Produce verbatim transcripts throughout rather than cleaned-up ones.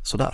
sådär.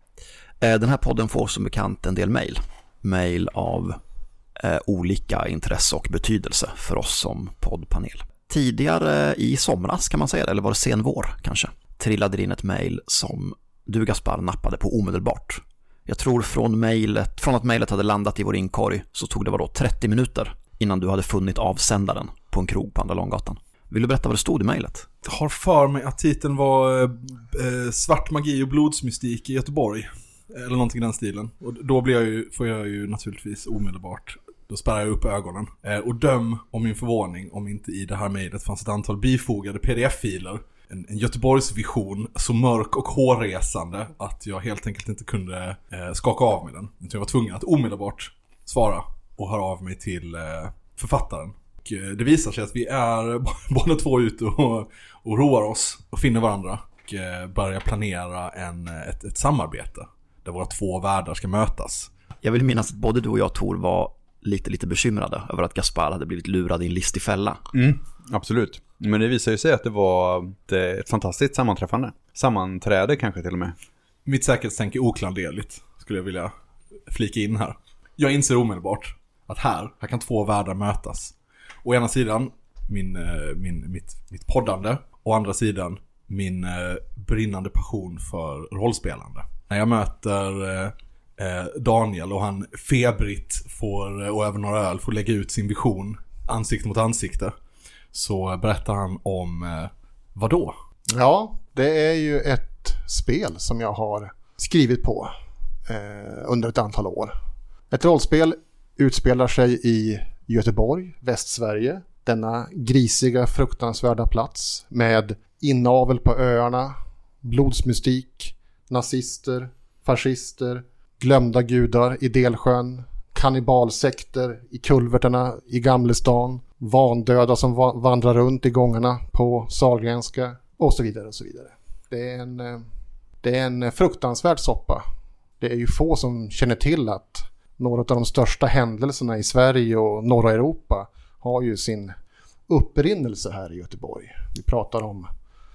Den här podden får som bekant en del mejl. Mejl av eh, olika intresse och betydelse för oss som poddpanel. Tidigare i somras kan man säga, eller var det sen vår kanske, trillade in ett mejl som du, Gaspar, nappade på omedelbart. Jag tror från, mejlet, från att mejlet hade landat i vår inkorg så tog det var då trettio minuter innan du hade funnit avsändaren på en krog på Andra Långgatan. Vill du berätta vad det stod i mejlet? Jag har för mig att titeln var eh, Svart magi och blodsmystik i Göteborg. Eller någonting i den stilen. Och då blir jag ju, får jag ju naturligtvis omedelbart, då spärrar jag upp ögonen. Eh, och döm om min förvåning om inte i det här mejlet fanns ett antal bifogade pdf-filer. En, en Göteborgs vision så mörk och hårresande att jag helt enkelt inte kunde eh, skaka av mig den. Utan jag var tvungen att omedelbart svara och höra av mig till eh, författaren. Och, eh, det visar sig att vi är båda två ute och, och roar oss och finner varandra. Och eh, börjar planera en, ett, ett samarbete där våra två världar ska mötas. Jag vill minnas att både du och jag, Tor, var lite, lite bekymrade över att Gaspar hade blivit lurad i en listig fälla. Mm, absolut. Men det visar ju sig att det var ett fantastiskt sammanträffande. Sammanträde kanske till och med. Mitt säkerhetstänk är oklanderligt, skulle jag vilja flika in här. Jag inser omedelbart att här, här kan två världar mötas. Å ena sidan min, min, mitt, mitt poddande, å andra sidan min brinnande passion för rollspelande. När jag möter eh, Daniel och han febrigt får, och även några öl får lägga ut sin vision ansikte mot ansikte, så berättar han om eh, vad då? Ja, det är ju ett spel som jag har skrivit på eh, under ett antal år. Ett rollspel utspelar sig i Göteborg, Västsverige. Denna grisiga, fruktansvärda plats med inavel på öarna, blodsmystik, nazister, fascister, glömda gudar i Delsjön, kannibalsekter i kulverterna i Gamlestan, vandöda som va- vandrar runt i gångarna på Sahlgrenska och så vidare och så vidare. Det är en, det är en fruktansvärd soppa. Det är ju få som känner till att några av de största händelserna i Sverige och norra Europa har ju sin upprinnelse här i Göteborg. Vi pratar om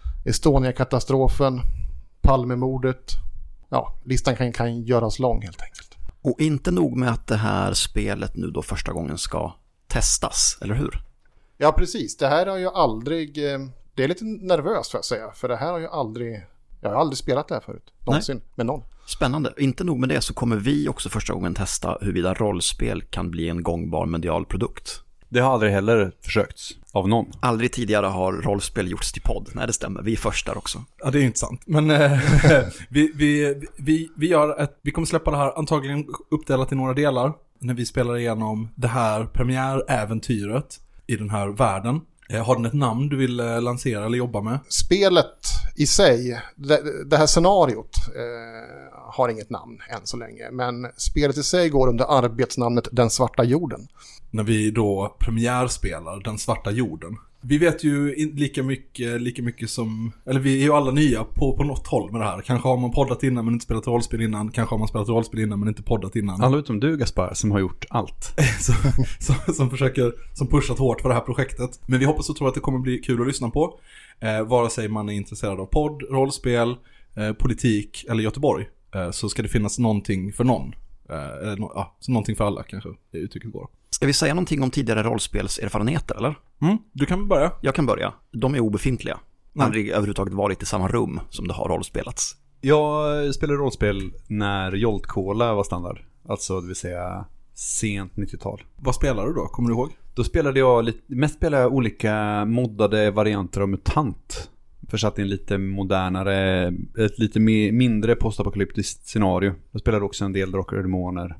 Estonia-katastrofen, Palmemordet. Ja, listan kan, kan göras lång helt enkelt. Och inte nog med att det här spelet nu då första gången ska testas, eller hur? Ja, precis. Det här har ju aldrig... Det är lite nervöst för att säga, för det här har ju aldrig... Jag har aldrig spelat det här förut, någonsin, Nej. med någon. Spännande. Inte nog med det så kommer vi också första gången testa huruvida rollspel kan bli en gångbar medial produkt. Det har aldrig heller försökts av någon. Aldrig tidigare har rollspel gjorts till podd. Nej, det stämmer. Vi är först där också. Ja, det är inte sant. Men äh, vi, vi, vi, vi, gör ett, vi kommer släppa det här antagligen uppdelat i några delar när vi spelar igenom det här premiäräventyret i den här världen. Har den ett namn du vill lansera eller jobba med? Spelet i sig, det, det här scenariot eh, har inget namn än så länge. Men spelet i sig går under arbetsnamnet Den svarta jorden. När vi då premiärspelar Den svarta jorden. Vi vet ju lika mycket, lika mycket som... Eller vi är ju alla nya på, på något håll med det här. Kanske har man poddat innan men inte spelat rollspel innan. Kanske har man spelat rollspel innan men inte poddat innan. Alla utom du, Gaspar, som har gjort allt. som, som, som försöker, som pushat hårt för det här projektet. Men vi hoppas och tror att det kommer bli kul att lyssna på. Eh, vare sig man är intresserad av podd, rollspel, eh, politik eller Göteborg. Eh, så ska det finnas någonting för någon. Eh, no, ja, så någonting för alla kanske, det uttrycket går. Ska vi säga någonting om tidigare rollspelserfarenheter, eller? Mm, du kan börja. Jag kan börja. De är obefintliga. Mm. Aldrig överhuvudtaget varit i samma rum som det har rollspelats. Jag spelade rollspel när Joltkola var standard. Alltså det vill säga sent nittiotal. Vad spelar du då? Kommer du ihåg? Då spelade jag lite, mest spelade jag olika moddade varianter av MUTANT. Försatt i en lite modernare, ett lite mindre postapokalyptiskt scenario. Jag spelade också en del Drakar och Demoner.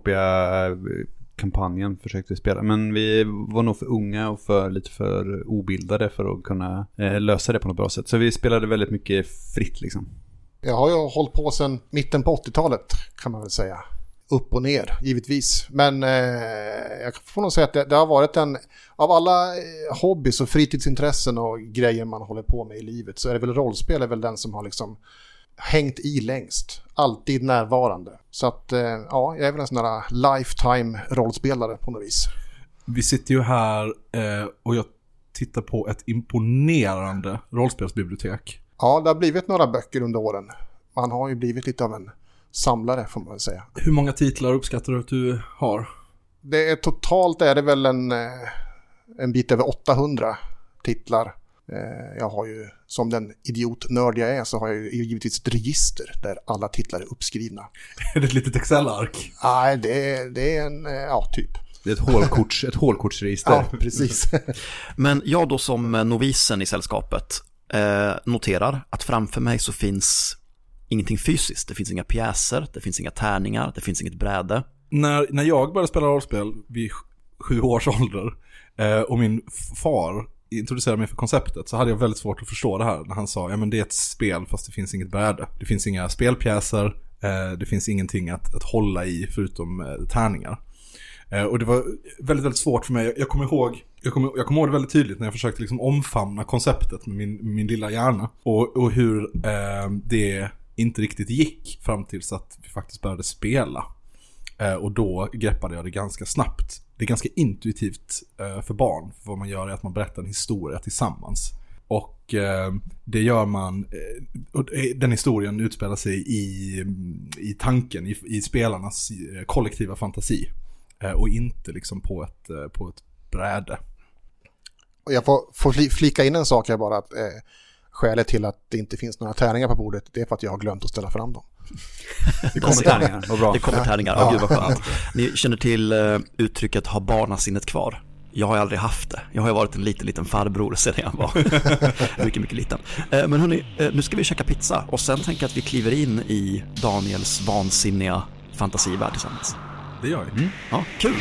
Kronopia-kampanjen försökte vi spela. Men vi var nog för unga och för lite för obildade för att kunna eh, lösa det på något bra sätt. Så vi spelade väldigt mycket fritt liksom. Jag har ju hållit på sedan mitten på åttiotalet kan man väl säga. Upp och ner, givetvis. Men eh, jag får nog säga att det, det har varit en... Av alla eh, hobbys och fritidsintressen och grejer man håller på med i livet så är det väl rollspel är väl den som har liksom hängt i längst. Alltid närvarande. Så att, eh, ja, jag är väl en sån där lifetime rollspelare på något vis. Vi sitter ju här eh, och jag tittar på ett imponerande rollspelsbibliotek. Ja, det har blivit några böcker under åren. man har ju blivit lite av en samlare får man väl säga. Hur många titlar uppskattar du att du har? Det är, totalt är det väl en, en bit över åttahundra titlar. Jag har ju, som den idiotnörd jag är, så har jag ju givetvis ett register där alla titlar är uppskrivna. Är det ett litet Excel-ark? Nej, det är, det är en, ja typ. Det är ett hålkorts, ett hålkortsregister. Ja, precis. Men jag då som novisen i sällskapet eh, noterar att framför mig så finns ingenting fysiskt. Det finns inga pjäser, det finns inga tärningar, det finns inget bräde. När, när jag började spela rollspel vid sju års ålder eh, och min far introducerade mig för konceptet, så hade jag väldigt svårt att förstå det här när han sa, ja men det är ett spel fast det finns inget bräde. Det finns inga spelpjäser, eh, det finns ingenting att, att hålla i förutom eh, tärningar. Eh, och det var väldigt, väldigt svårt för mig. Jag kommer ihåg, jag kommer, jag kommer ihåg det väldigt tydligt när jag försökte liksom omfamna konceptet med min, med min lilla hjärna. Och, och hur eh, det inte riktigt gick fram tills att vi faktiskt började spela. Eh, och då greppade jag det ganska snabbt. Det är ganska intuitivt eh, för barn. För vad man gör är att man berättar en historia tillsammans. Och eh, det gör man, eh, och den historien utspelar sig i, i tanken, i, i spelarnas eh, kollektiva fantasi. Eh, och inte liksom på ett, eh, på ett bräde. Och jag får, får flika in en sak här bara, att eh, skälet till att det inte finns några tärningar på bordet, det är för att jag har glömt att ställa fram dem. Det kommer tärningar, vad bra. Det kommer tärningar, ja. Oh, gud vad skönt. Ni känner till uh, uttrycket ha barnasinnet kvar. Jag har ju aldrig haft det. Jag har ju varit en liten, liten farbror sedan jag var mycket, mycket liten. Uh, men hörni, uh, nu ska vi käka pizza och sen tänker jag att vi kliver in i Daniels vansinniga fantasivärld tillsammans. Det gör vi. Mm. Ja, kul!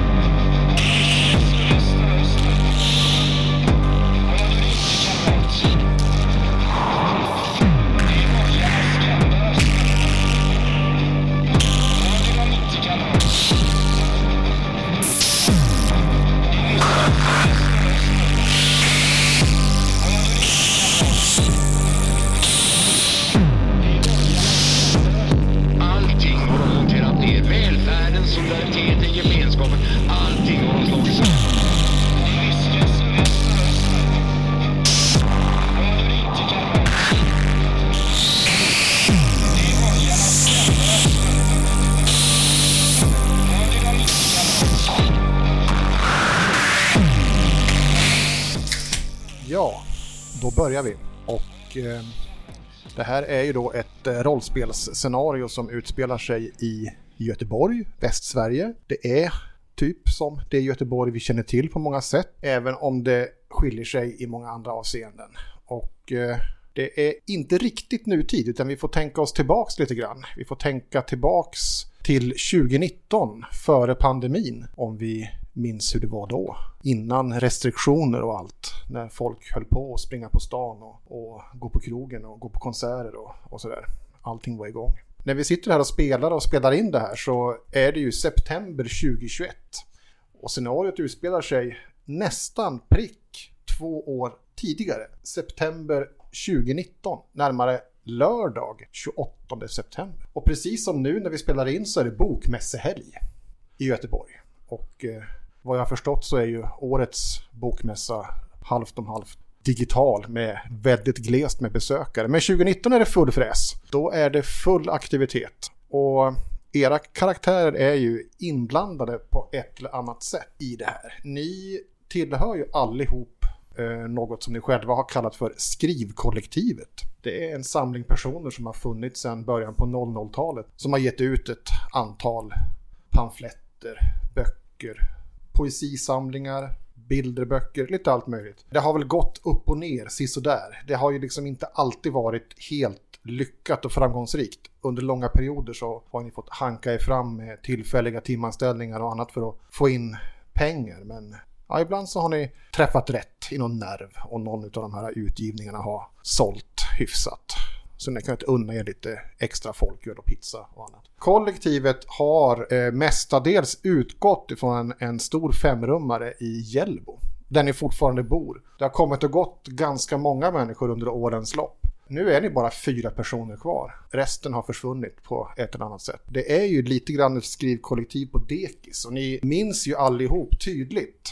Ja, då börjar vi. Och eh, det här är ju då ett eh, rollspelsscenario som utspelar sig i Göteborg, Västsverige. Det är typ som det Göteborg vi känner till på många sätt, även om det skiljer sig i många andra avseenden. Och eh, det är inte riktigt nutid, utan vi får tänka oss tillbaks lite grann. Vi får tänka tillbaks till tjugonitton, före pandemin, om vi minns hur det var då. Innan restriktioner och allt. När folk höll på att springa på stan och, och gå på krogen och gå på konserter och, och sådär. Allting var igång. När vi sitter här och spelar och spelar in det här så är det ju september tjugohundratjugoett. Och scenariot utspelar sig nästan prick två år tidigare. September tjugonitton, närmare lördag tjugoåttonde september. Och precis som nu när vi spelar in så är det bokmässehelg i Göteborg. Och eh, vad jag har förstått så är ju årets bokmässa halvt om halvt digital med väldigt glest med besökare. Men tjugonitton är det full fräs. Då är det full aktivitet. Och era karaktärer är ju inblandade på ett eller annat sätt i det här. Ni tillhör ju allihop eh, något som ni själva har kallat för skrivkollektivet. Det är en samling personer som har funnits sedan början på noll noll-talet. Som har gett ut ett antal pamfletter, böcker, poesisamlingar, bilderböcker, lite allt möjligt. Det har väl gått upp och ner, sisådär. Det har ju liksom inte alltid varit helt lyckat och framgångsrikt. Under långa perioder så har ni fått hanka er fram med tillfälliga timanställningar och annat för att få in pengar. Men ja, ibland så har ni träffat rätt i någon nerv och någon av de här utgivningarna har sålt hyfsat. Så ni kan inte unna er lite extra folköl och pizza och annat. Kollektivet har eh, mestadels utgått ifrån en, en stor femrummare i Hjällbo. Där ni fortfarande bor. Det har kommit och gått ganska många människor under årens lopp. Nu är ni bara fyra personer kvar. Resten har försvunnit på ett eller annat sätt. Det är ju lite grann ett skrivkollektiv på dekis. Och ni minns ju allihop tydligt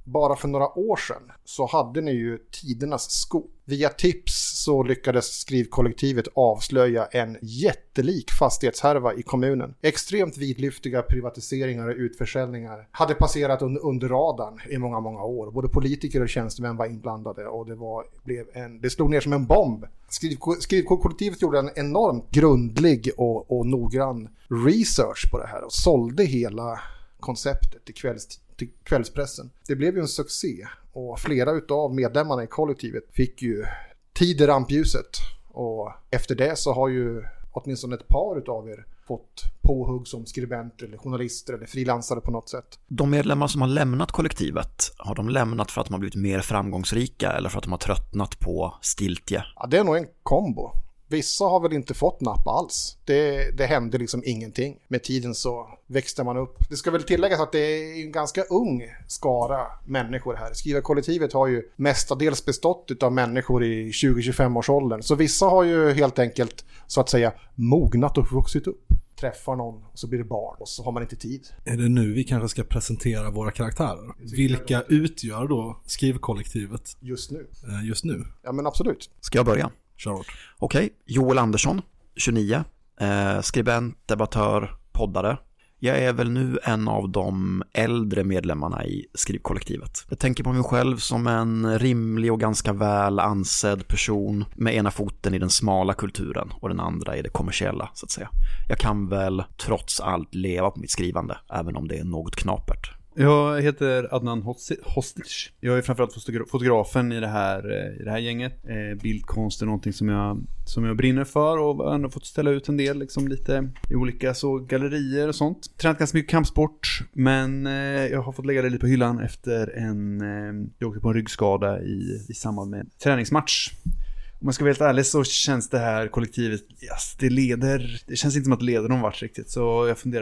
bara för några år sedan så hade ni ju tidernas skop. Via tips så lyckades skrivkollektivet avslöja en jättelik fastighetshärva i kommunen. Extremt vidlyftiga privatiseringar och utförsäljningar hade passerat under, under radarn i många, många år. Både politiker och tjänstemän var inblandade och det, var, blev en, det slog ner som en bomb. Skriv, skrivkollektivet gjorde en enormt grundlig och, och noggrann research på det här och sålde hela konceptet till, kvälls, till kvällspressen. Det blev ju en succé och flera utav medlemmarna i kollektivet fick ju tid i rampljuset och efter det så har ju åtminstone ett par utav er fått påhugg som skribenter eller journalister eller frilansare på något sätt. De medlemmar som har lämnat kollektivet, har de lämnat för att de har blivit mer framgångsrika eller för att de har tröttnat på stiltje? Ja, det är nog en kombo. Vissa har väl inte fått napp alls. Det, det hände liksom ingenting. Med tiden så växte man upp. Det ska väl tilläggas att det är en ganska ung skara människor här. Skrivarkollektivet har ju mestadels bestått av människor i tjugo till tjugofem års åldern. Så vissa har ju helt enkelt så att säga mognat och vuxit upp. Träffar någon och så blir det barn och så har man inte tid. Är det nu vi kanske ska presentera våra karaktärer? Vilka utgör då skrivkollektivet just nu? Just nu? Ja men absolut. Ska jag börja? Okej, okay. Joel Andersson, tjugonio, eh, skribent, debattör, poddare. Jag är väl nu en av de äldre medlemmarna i skrivkollektivet. Jag tänker på mig själv som en rimlig och ganska väl ansedd person med ena foten i den smala kulturen och den andra i det kommersiella, så att säga. Jag kan väl trots allt leva på mitt skrivande, även om det är något knapert. Jag heter Adnan Hostic. Jag är framförallt fotografen i det här, i det här gänget. Bildkonst är någonting som jag, som jag brinner för och har ändå fått ställa ut en del liksom lite i olika så gallerier och sånt. Tränat ganska mycket kampsport, men jag har fått lägga det lite på hyllan efter en jag åkte på en ryggskada i, i samband med en träningsmatch. Om man ska vara helt ärlig så känns det här kollektivet, yes, det leder, det känns inte som att det leder någon vart riktigt. Så jag funderar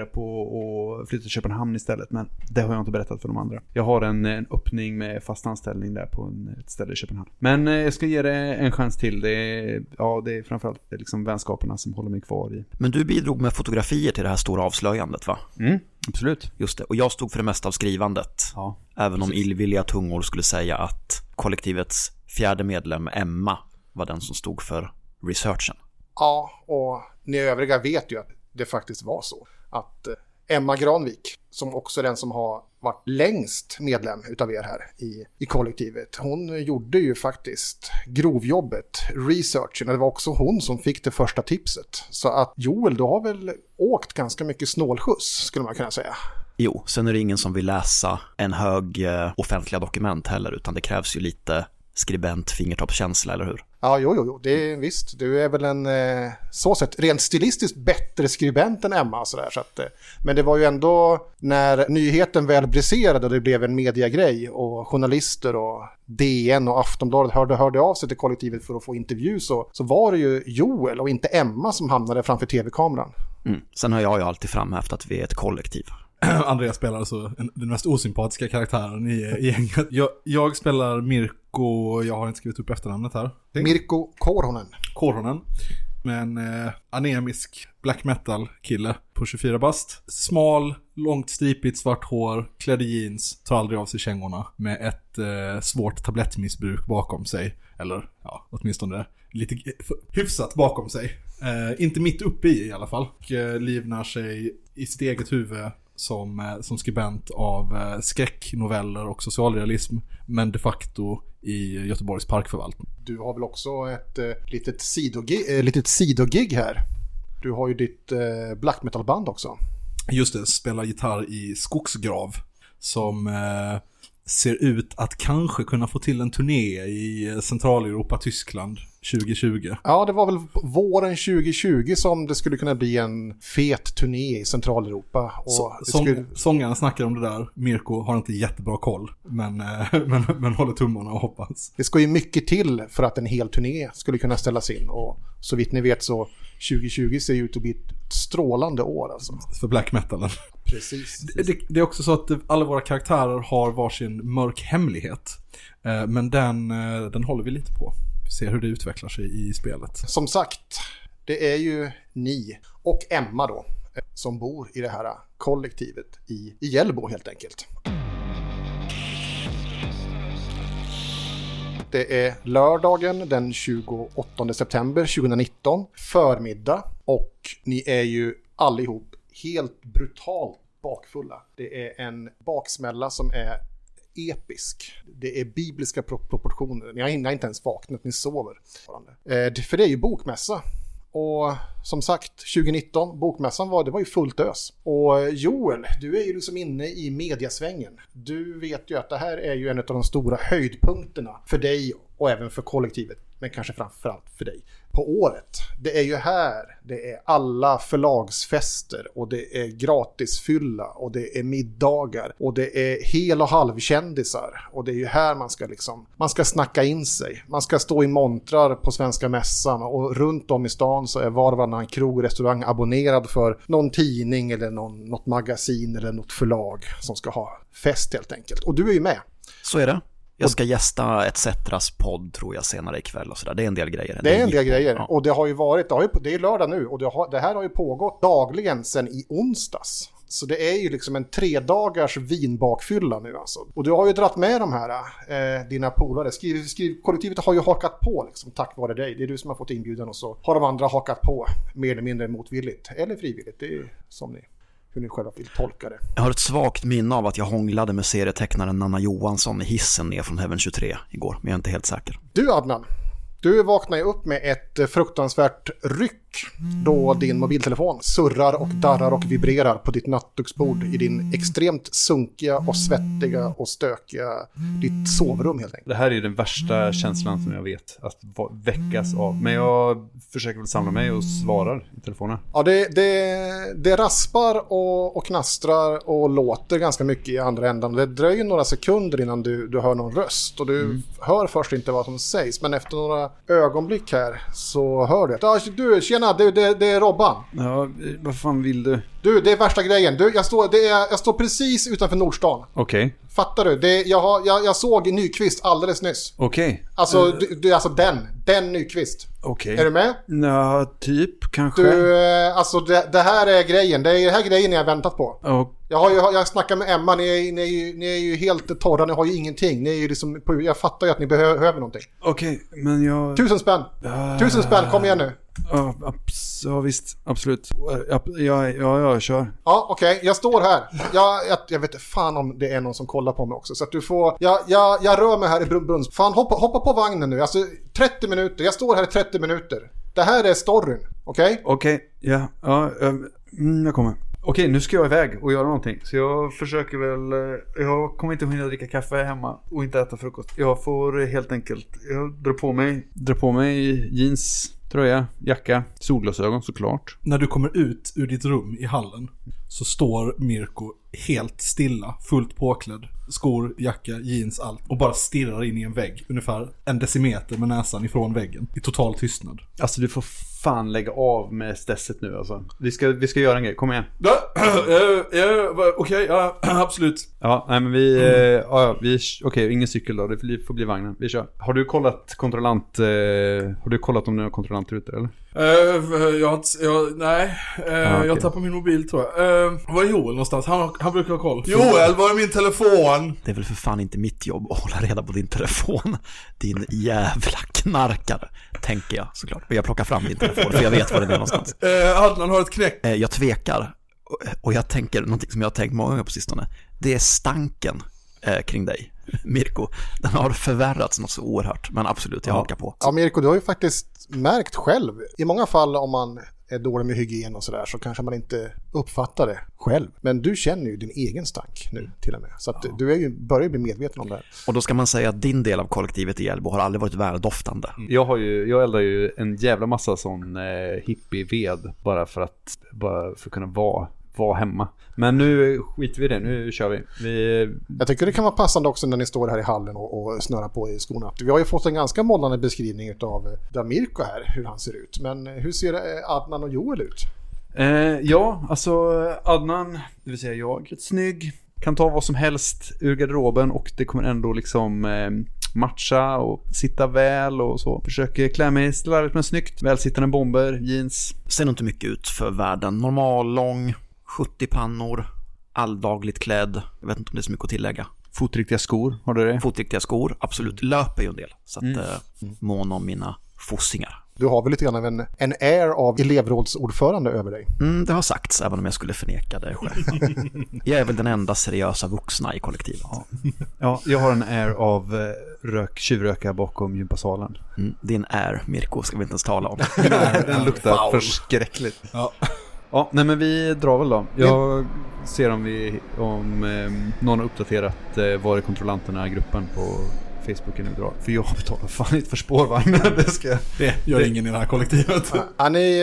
på att flytta till Köpenhamn istället, men det har jag inte berättat för de andra. Jag har en, en öppning med fast anställning där på en, ett ställe i Köpenhamn. Men eh, jag ska ge det en chans till. Det är, ja, det är framförallt liksom vänskaperna som håller mig kvar i. Men du bidrog med fotografier till det här stora avslöjandet, va? Mm, absolut. Just det, och jag stod för det mesta av skrivandet. Ja, även precis. Om illvilliga tungor skulle säga att kollektivets fjärde medlem, Emma, var den som stod för researchen. Ja, och ni övriga vet ju att det faktiskt var så. Att Emma Granvik, som också är den som har varit längst medlem utav er här i, i kollektivet, hon gjorde ju faktiskt grovjobbet, researchen, och det var också hon som fick det första tipset. Så att Joel, du har väl åkt ganska mycket snålskjuts, skulle man kunna säga. Jo, sen är det ingen som vill läsa en hög eh, offentliga dokument heller, utan det krävs ju lite skribent fingertoppskänsla, eller hur? Ja, jo, jo, jo. Det är visst. Du är väl en eh, så sett rent stilistiskt bättre skribent än Emma. Så där, så att, eh, men det var ju ändå när nyheten väl briserade och det blev en mediagrej och journalister och D N och Aftonbladet hörde, hörde av sig till kollektivet för att få intervju, så, så var det ju Joel och inte Emma som hamnade framför tv-kameran. Mm. Sen har jag ju alltid framhävt att vi är ett kollektiv. Andreas spelar alltså en, den mest osympatiska karaktären i, i gänget. Jag, jag spelar Mirko, jag har inte skrivit upp efternamnet här. Mirko Korhonen. Korhonen. Med en eh, anemisk black metal kille på tjugofyra bast. Smal, långt stripigt svart hår, klädd i jeans, tar aldrig av sig kängorna. Med ett eh, svårt tablettmissbruk bakom sig. Eller ja, åtminstone lite hyfsat bakom sig. Eh, inte mitt uppe i i alla fall. Och eh, livnar sig i sitt eget huvud som, som skribent av eh, skräcknoveller och socialrealism, men de facto i Göteborgs parkförvaltning. Du har väl också ett eh, litet, sidogig, eh, litet sidogig här. Du har ju ditt eh, black metal band också. Just det, spelar gitarr i Skogsgrav som eh, ser ut att kanske kunna få till en turné i Centraleuropa, Tyskland tjugo tjugo. Ja, det var väl våren tjugo tjugo som det skulle kunna bli en fet turné i Centraleuropa. Och Så, det sång, skulle... Sångaren snackar om det där. Mirko har inte jättebra koll, men, men, men håller tummarna och hoppas. Det ska ju mycket till för att en hel turné skulle kunna ställas in. Och så vitt ni vet så tjugo tjugo ser ut att bli ett strålande år alltså. För black metalen. Precis. Det, det, det är också så att alla våra karaktärer har varsin mörk hemlighet. Eh, men den, den håller vi lite på. Vi ser hur det utvecklar sig i spelet. Som sagt, det är ju ni och Emma då som bor i det här kollektivet i, i Hjällbo helt enkelt. Det är lördagen den tjugoåttonde september tjugonitton, förmiddag, och ni är ju allihop helt brutalt bakfulla. Det är en baksmälla som är episk. Det är bibliska proportioner. Ni har inte ens vaknat, ni sover. Eh, för det är ju bokmässa. Och som sagt, tjugonitton, bokmässan var, det var ju fullt ös. Och Joel, du är ju liksom inne i mediasvängen. Du vet ju att det här är ju en av de stora höjdpunkterna för dig och även för kollektivet. Men kanske framförallt för dig på året. Det är ju här, det är alla förlagsfester och det är gratisfylla och det är middagar och det är hel- och halvkändisar. Och det är ju här man ska liksom, man ska snacka in sig. Man ska stå i montrar på Svenska mässan och runt om i stan så är var och varannan krog och restaurang abonnerad för någon tidning eller någon, något magasin eller något förlag som ska ha fest helt enkelt. Och du är ju med. Så är det. Jag ska gästa ett Cetras podd tror jag senare ikväll och sådär. Det är en del grejer. Det är en del grejer. Ja. Och det har ju varit, det, har ju, det är lördag nu och det, har, det här har ju pågått dagligen sedan i onsdags. Så det är ju liksom en tre dagars vinbakfylla nu alltså. Och du har ju dratt med de här, eh, dina polare. Skriv, skriv, kollektivet har ju hakat på liksom, tack vare dig. Det är du som har fått inbjudan och så har de andra hakat på mer eller mindre motvilligt. Eller frivilligt, det är som ni. Hur ni själva vill tolka det. Jag har ett svagt minne av att jag hånglade med serietecknaren Nanna Johansson i hissen ner från Heaven tjugotre igår, men jag är inte helt säker. Du Adnan, du vaknar ju upp med ett fruktansvärt ryck då din mobiltelefon surrar och darrar och vibrerar på ditt nattduksbord i din extremt sunkiga och svettiga och stökiga ditt sovrum helt enkelt. Det här är den värsta känslan som jag vet att väckas av. Men jag försöker väl samla mig och svarar i telefonen. Ja, det, det, det raspar och, och knastrar och låter ganska mycket i andra ändan. Det dröjer några sekunder innan du, du hör någon röst och du mm. hör först inte vad som sägs. Men efter några ögonblick här så hör du att ja, du, tjena, det, det, det är Robban. Ja, vad fan vill du? Du, det är värsta grejen. Du, jag, står, det är, jag står precis utanför Nordstan. Okej. Okay. Fattar du? Det, jag, har, jag, jag såg Nyqvist alldeles nyss. Okej. Okay. Alltså, uh, du, du, alltså den. Den Nyqvist. Okej. Okay. Är du med? Ja, typ, kanske. Du, alltså det, det här är grejen. Det är den här grejen jag har väntat på. Okay. Jag har ju jag snackar med Emma. Ni är, ni, är ju, ni är ju helt torra. Ni har ju ingenting. Ni är ju liksom, jag fattar ju att ni behöver någonting. Okej, okay, men jag... Tusen spänn. Uh, Tusen spänn, kom igen nu. Ja, abs- ja visst, absolut. Ja, ja, ja, jag kör. Ja, okej. Okay. Jag står här. Jag, jag, jag vet fan om det är någon som kollar på mig också. Så att du får... Jag, jag, jag rör mig här i brunns. Fan, hoppa, hoppa på vagnen nu. Alltså, trettio minuter. Jag står här i trettio minuter. Det här är storyn. Okej? Okay? Okej, okay. ja. Ja, mm, jag kommer. Okej, okay, nu ska jag iväg och göra någonting. Så jag försöker väl... Jag kommer inte hinna dricka kaffe hemma och inte äta frukost. Jag får helt enkelt... Jag drar på mig, drar på mig jeans... tröja, jacka, solglasögon såklart. När du kommer ut ur ditt rum i hallen så står Mirko helt stilla, fullt påklädd. Skor, jacka, jeans, allt. Och bara stirrar in i en vägg. Ungefär en decimeter med näsan ifrån väggen. I total tystnad. Alltså du får fan lägga av med stresset nu alltså. Vi ska, vi ska göra en grej, kom igen. Ja, ja, ja, okej, okay, ja, absolut. Ja, nej men vi... Mm. Eh, ja, vi okej, okay, ingen cykel då. Det får bli vagnen. Vi kör. Har du kollat kontrollant... Eh, har du kollat om det är kontrollanter ute eller? Uh, jag, jag, nej, uh, ah, okay. Jag tappar min mobil tror jag. Uh, var är Joel någonstans? Han, han brukar ha koll. Joel, var är min telefon? Det är väl för fan inte mitt jobb att hålla reda på din telefon. Din jävla knarkare, tänker jag såklart. Och jag plockar fram din telefon för jag vet var den är någonstans. Uh, Adnan har ett knäck. Uh, jag tvekar. Och jag tänker, någonting som jag har tänkt många gånger på sistone. Det är stanken uh, kring dig, Mirko. Den har förvärrats något så oerhört. Men absolut, jag ja. hakar på. Ja, Mirko, du har ju faktiskt märkt själv. I många fall om man är dålig med hygien och sådär så kanske man inte uppfattar det själv. Men du känner ju din egen stank nu till och med. Så att ja. du är ju, börjar bli medveten om det här. Och då ska man säga att din del av kollektivet i Hjällbo har aldrig varit väldoftande. Mm. Jag, har ju, jag eldar ju en jävla massa sån eh, hippie-ved bara för att, bara för att kunna vara vara hemma. Men nu skiter vi i det, nu kör vi. vi. Jag tycker det kan vara passande också när ni står här i hallen och, och snurrar på i skorna. Vi har ju fått en ganska målande beskrivning av Mirko här, hur han ser ut. Men hur ser Adnan och Joel ut? Eh, ja, alltså Adnan, det vill säga jag, rätt snygg. Kan ta vad som helst ur garderoben och det kommer ändå liksom eh, matcha och sitta väl och så. Försöker klä mig slarvigt men snyggt. Välsittande bomber, jeans. Ser nog inte mycket ut för världen. Normal, lång, sjuttio pannor, alldagligt klädd. Jag vet inte om det är så mycket att tillägga. Fotriktiga skor, har du det? Fotriktiga skor, absolut. Löper ju en del. Så att mm. eh, mån om mina fossingar. Du har väl lite grann av en, en air av elevrådsordförande över dig? Mm, det har sagts, även om jag skulle förneka det själv. Jag är väl den enda seriösa vuxna i kollektivet. Ja, ja jag har en air av eh, rök, tjuvröka bakom gympasalen. Mm, din air, Mirko, ska vi inte ens tala om. Den luktar förskräckligt. Ja. Ja, nej men vi drar väl då. Jag ser om vi om eh, någon har uppdaterat eh, var är kontrollanterna i gruppen på Facebook nu drar. För jag betalar fan inte för spårvagn. det, ska... det gör det... ingen i det här kollektivet. Ja, ni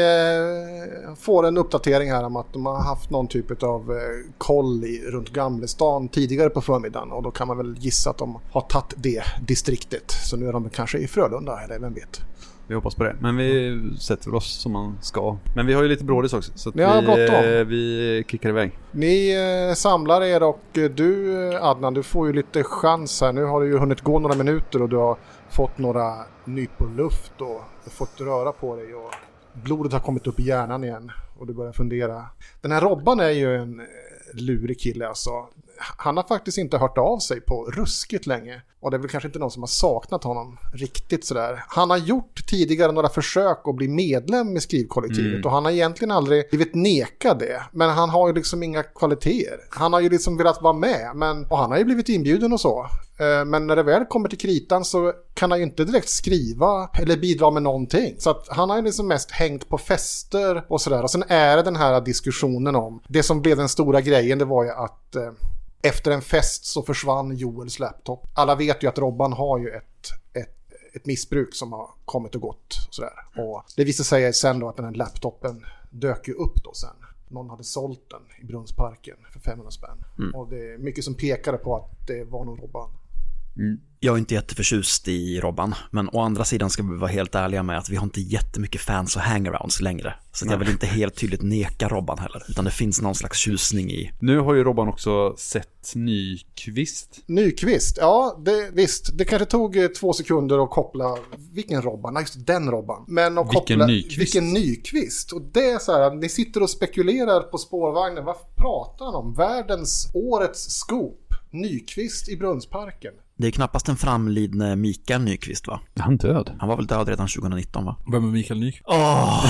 eh, får en uppdatering här om att de har haft någon typ av eh, koll i, runt Gamlestan tidigare på förmiddagen. Och då kan man väl gissa att de har tagit det distriktet. Så nu är de kanske i Frölunda, eller vem vet. Vi hoppas på det. Men vi sätter oss som man ska. Men vi har ju lite brådis också. Så att ja, vi, eh, vi kickar iväg. Ni eh, samlar er och du, Adnan, du får ju lite chans här. Nu har du ju hunnit gå några minuter och du har fått några nypor luft och fått röra på dig. Och blodet har kommit upp i hjärnan igen och du börjar fundera. Den här Robban är ju en lurig kille alltså. Han har faktiskt inte hört av sig på ruskigt länge. Och det är väl kanske inte någon som har saknat honom riktigt sådär. Han har gjort tidigare några försök att bli medlem i skrivkollektivet. Mm. Och han har egentligen aldrig blivit nekad det. Men han har ju liksom inga kvaliteter. Han har ju liksom velat vara med. Men, och han har ju blivit inbjuden och så. Men när det väl kommer till kritan så kan han ju inte direkt skriva eller bidra med någonting. Så att han har ju liksom mest hängt på fester och sådär. Och sen är det den här diskussionen om. Det som blev den stora grejen, det var ju att efter en fest så försvann Joels laptop. Alla vet ju att Robban har ju ett, ett, ett missbruk som har kommit och gått. Och sådär. Och det visade sig sen då att den här laptopen dök ju upp då sen. Någon hade sålt den i Brunnsparken för femhundra spänn. Mm. Och det är mycket som pekade på att det var nog Robban. Mm. Jag är inte jätteförtjust i Robban, men å andra sidan ska vi vara helt ärliga med att vi har inte jättemycket fans och hangarounds längre. Så jag vill inte helt tydligt neka Robban heller, utan det finns någon slags tjusning i. Nu har ju Robban också sett Nyqvist. Nyqvist, ja det, visst. Det kanske tog två sekunder att koppla vilken Robban, nej just den Robban. Men att vilken koppla Nyqvist? Vilken Nyqvist. Och det är så här, ni sitter och spekulerar på spårvagnen. Vad pratar han om? Världens, årets scoop. Nyqvist i Brunnsparken. Det är knappast en framlidne Mikael Nyqvist, va? Är han död? Han var väl död redan tjugonitton, va? Vem är Mikael Nyqvist? Åh!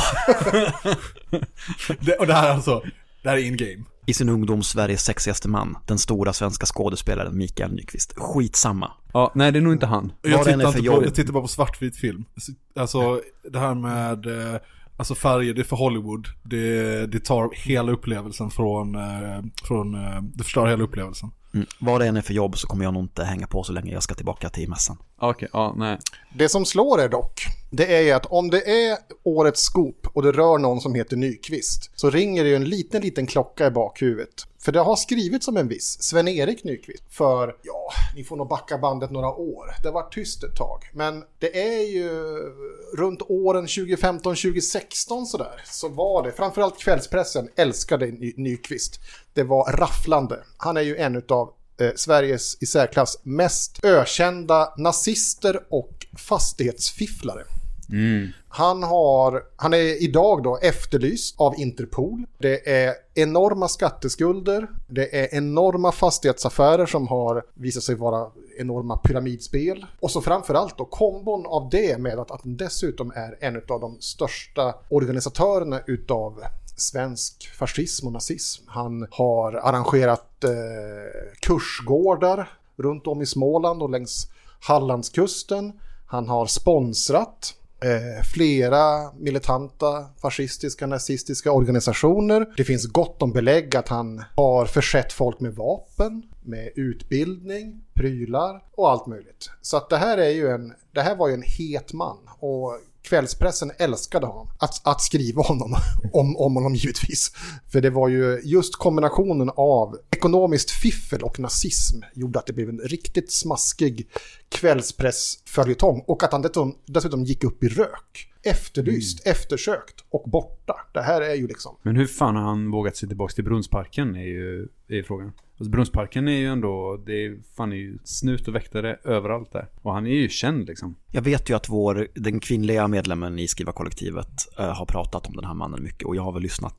det, och det här är alltså, det här är in-game. I sin ungdom Sveriges sexigaste man, den stora svenska skådespelaren Mikael Nyqvist. Skitsamma. Ja, nej det är nog inte han. Jag tittar, inte på, jag tittar bara på svartvit film. Alltså det här med alltså färger, det är för Hollywood. Det, det tar hela upplevelsen från, från det förstör hela upplevelsen. Mm. Vad det än är för jobb så kommer jag nog inte hänga på så länge jag ska tillbaka till mässan. Okej, okay, ja, nej. Det som slår er dock, det är ju att om det är årets scoop och det rör någon som heter Nyqvist, så ringer det ju en liten, liten klocka i bakhuvudet. För det har skrivits som en viss Sven-Erik Nyqvist. För, ja, ni får nog backa bandet några år. Det var tyst ett tag. Men det är ju runt åren tjugo femton tjugo sexton sådär. Så var det, framförallt kvällspressen älskade Nyqvist. Det var rafflande. Han är ju en av eh, Sveriges i särklass mest ökända nazister och fastighetsfifflare. Mm. Han, har, han är idag då efterlyst av Interpol. Det är enorma skatteskulder. Det är enorma fastighetsaffärer som har visat sig vara enorma pyramidspel. Och så framförallt då kombon av det med att, att han dessutom är en av de största organisatörerna utav svensk fascism och nazism. Han har arrangerat eh, kursgårdar runt om i Småland och längs Hallandskusten. Han har sponsrat eh, flera militanta fascistiska, nazistiska organisationer. Det finns gott om belägg att han har försett folk med vapen, med utbildning, prylar och allt möjligt. Så att det här är ju en, det här var ju en het man, och kvällspressen älskade honom. Att, att skriva honom om, om honom givetvis. För det var ju just kombinationen av ekonomiskt fiffel och nazism gjorde att det blev en riktigt smaskig kvällspressföljetong. Och att han dessutom, dessutom gick upp i rök. Efterlyst, mm. eftersökt och borta. Det här är ju liksom... Men hur fan har han vågat sig tillbaka till Brunnsparken är ju är frågan. Alltså Brunnsparken är ju ändå, det är fan är ju snut och väktare överallt där. Och han är ju känd liksom. Jag vet ju att vår, den kvinnliga medlemmen i skrivarkollektivet äh, har pratat om den här mannen mycket. Och jag har väl lyssnat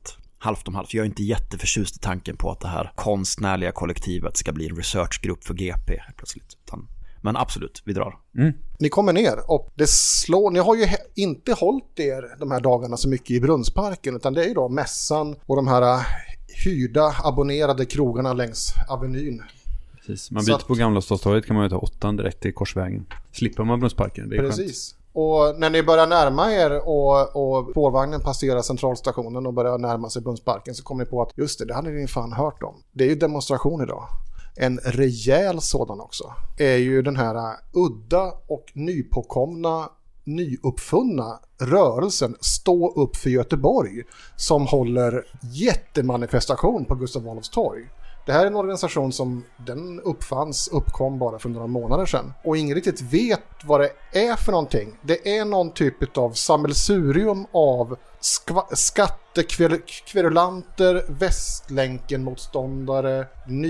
halvt om halvt. Jag är inte jätteförtjust i tanken på att det här konstnärliga kollektivet ska bli en researchgrupp för G P plötsligt. Utan, men absolut, vi drar. Mm. Ni kommer ner och det slår, ni har ju he- inte hållit er de här dagarna så mycket i Brunnsparken, utan det är ju då mässan och de här hyrda, abonnerade krogarna längs Avenyn. Precis. Man byter att, på Gamla Stadstorget kan man ju ta åttan direkt till Korsvägen. Slipper man Brunnsparken, det är precis. Skönt. Och när ni börjar närma er och, och spårvagnen passerar centralstationen och börjar närma sig Brunnsparken, så kommer ni på att just det, det hade ni fan hört om. Det är ju demonstration idag. En rejäl sådan också. Är ju den här udda och nypåkomna, nyuppfunna rörelsen Stå upp för Göteborg, som håller jättemanifestation på Gustav Adolfs torg. Det här är en organisation som den uppfanns, uppkom bara för några månader sedan. Och ingen riktigt vet vad det är för någonting. Det är någon typ av sammelsurium av skva- skattekverulanter, Västlänken-motståndare,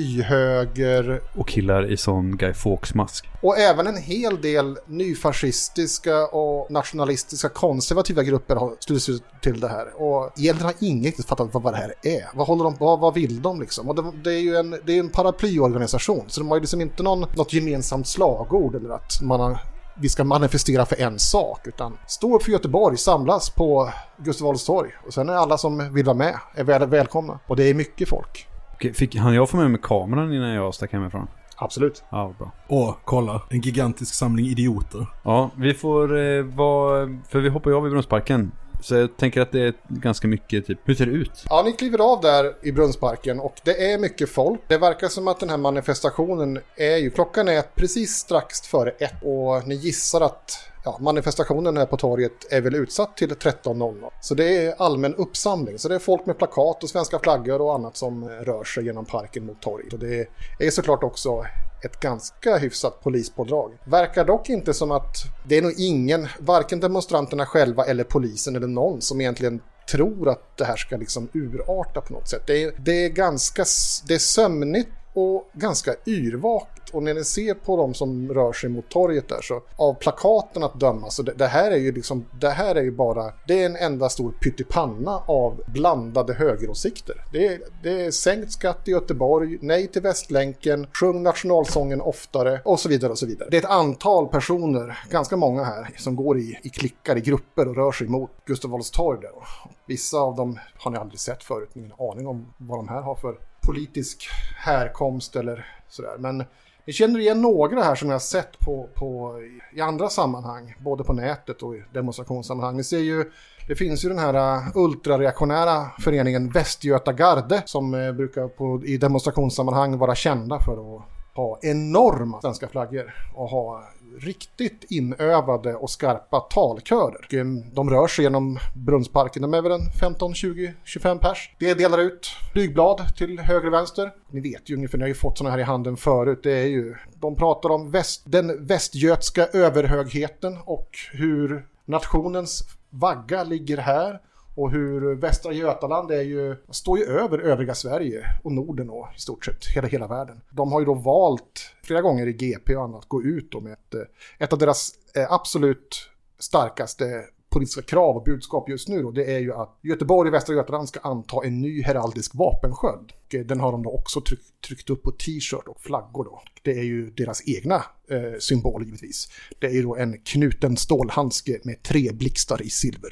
nyhöger. Och killar i sån Guy Fawkes-mask. Och även en hel del nyfascistiska och nationalistiska konservativa grupper har slutit sig till det här. Och egentligen har ingen riktigt fattat vad det här är. Vad, håller de, vad, vad vill de liksom? Och det, det är ju en, det är en paraplyorganisation. Så de har ju liksom inte någon, något gemensamt slagord eller att man har, vi ska manifestera för en sak. Utan stå upp för Göteborg, samlas på Gustav Adolfs torg. Och sen är alla som vill vara med är väl, välkomna. Och det är mycket folk. Okej, fick han jag få med mig kameran innan jag stack hemifrån? Absolut. Ja, bra. Åh, kolla. En gigantisk samling idioter. Ja, vi får eh, vara... För vi hoppar ju av i Brunnsparken. Så jag tänker att det är ganska mycket typ... Hur ser det ut? Ja, ni kliver av där i Brunnsparken och det är mycket folk. Det verkar som att den här manifestationen är ju... Klockan är precis strax före ett och ni gissar att... Ja, manifestationen här på torget är väl utsatt till tretton noll noll. Så det är allmän uppsamling. Så det är folk med plakat och svenska flaggor och annat som rör sig genom parken mot torget. Och det är såklart också ett ganska hyfsat polispådrag. Verkar dock inte som att det är nog ingen, varken demonstranterna själva eller polisen eller någon, som egentligen tror att det här ska liksom urarta på något sätt. Det är, det är ganska det är sömnigt och ganska yrvakt. Och när ni ser på dem som rör sig mot torget där, så av plakaten att döma, så det, det här är ju liksom, det här är ju bara, det är en enda stor pyttipanna av blandade högeråsikter. Det är, det är sänkt skatt i Göteborg, nej till Västlänken, sjung nationalsången oftare och så vidare och så vidare. Det är ett antal personer, ganska många här, som går i, i klickar, i grupper och rör sig mot Gustav Adolfs torg där. Vissa av dem har ni aldrig sett förut, ingen aning om vad de här har för politisk härkomst eller sådär. Men ni känner igen några här som jag har sett på, på, i andra sammanhang, både på nätet och i demonstrationssammanhang. Ni ser ju, det finns ju den här ultrareaktionära föreningen Västgöta Garde som eh, brukar på, i demonstrationssammanhang vara kända för att ha enorma svenska flaggor och ha riktigt inövade och skarpa talkörer. De rör sig genom Brunnsparken. De är väl en femton, tjugo, tjugofem pers. Det delar ut flygblad till höger och vänster. Ni vet ju ungefär, ni har ju fått såna här i handen förut. Det är ju, de pratar om väst, den västgötska överhögheten och hur nationens vagga ligger här. Och hur Västra Götaland är ju, står ju över övriga Sverige och Norden och i stort sett hela, hela världen. De har ju då valt flera gånger i G P och annat att gå ut då med ett, ett av deras absolut starkaste politiska krav och budskap just nu då, det är ju att Göteborg och Västra Götaland ska anta en ny heraldisk vapensköld. Den har de då också tryckt, tryckt upp på t-shirt och flaggor då. Det är ju deras egna eh, symbol givetvis. Det är ju då en knuten stålhandske med tre blixtar i silver.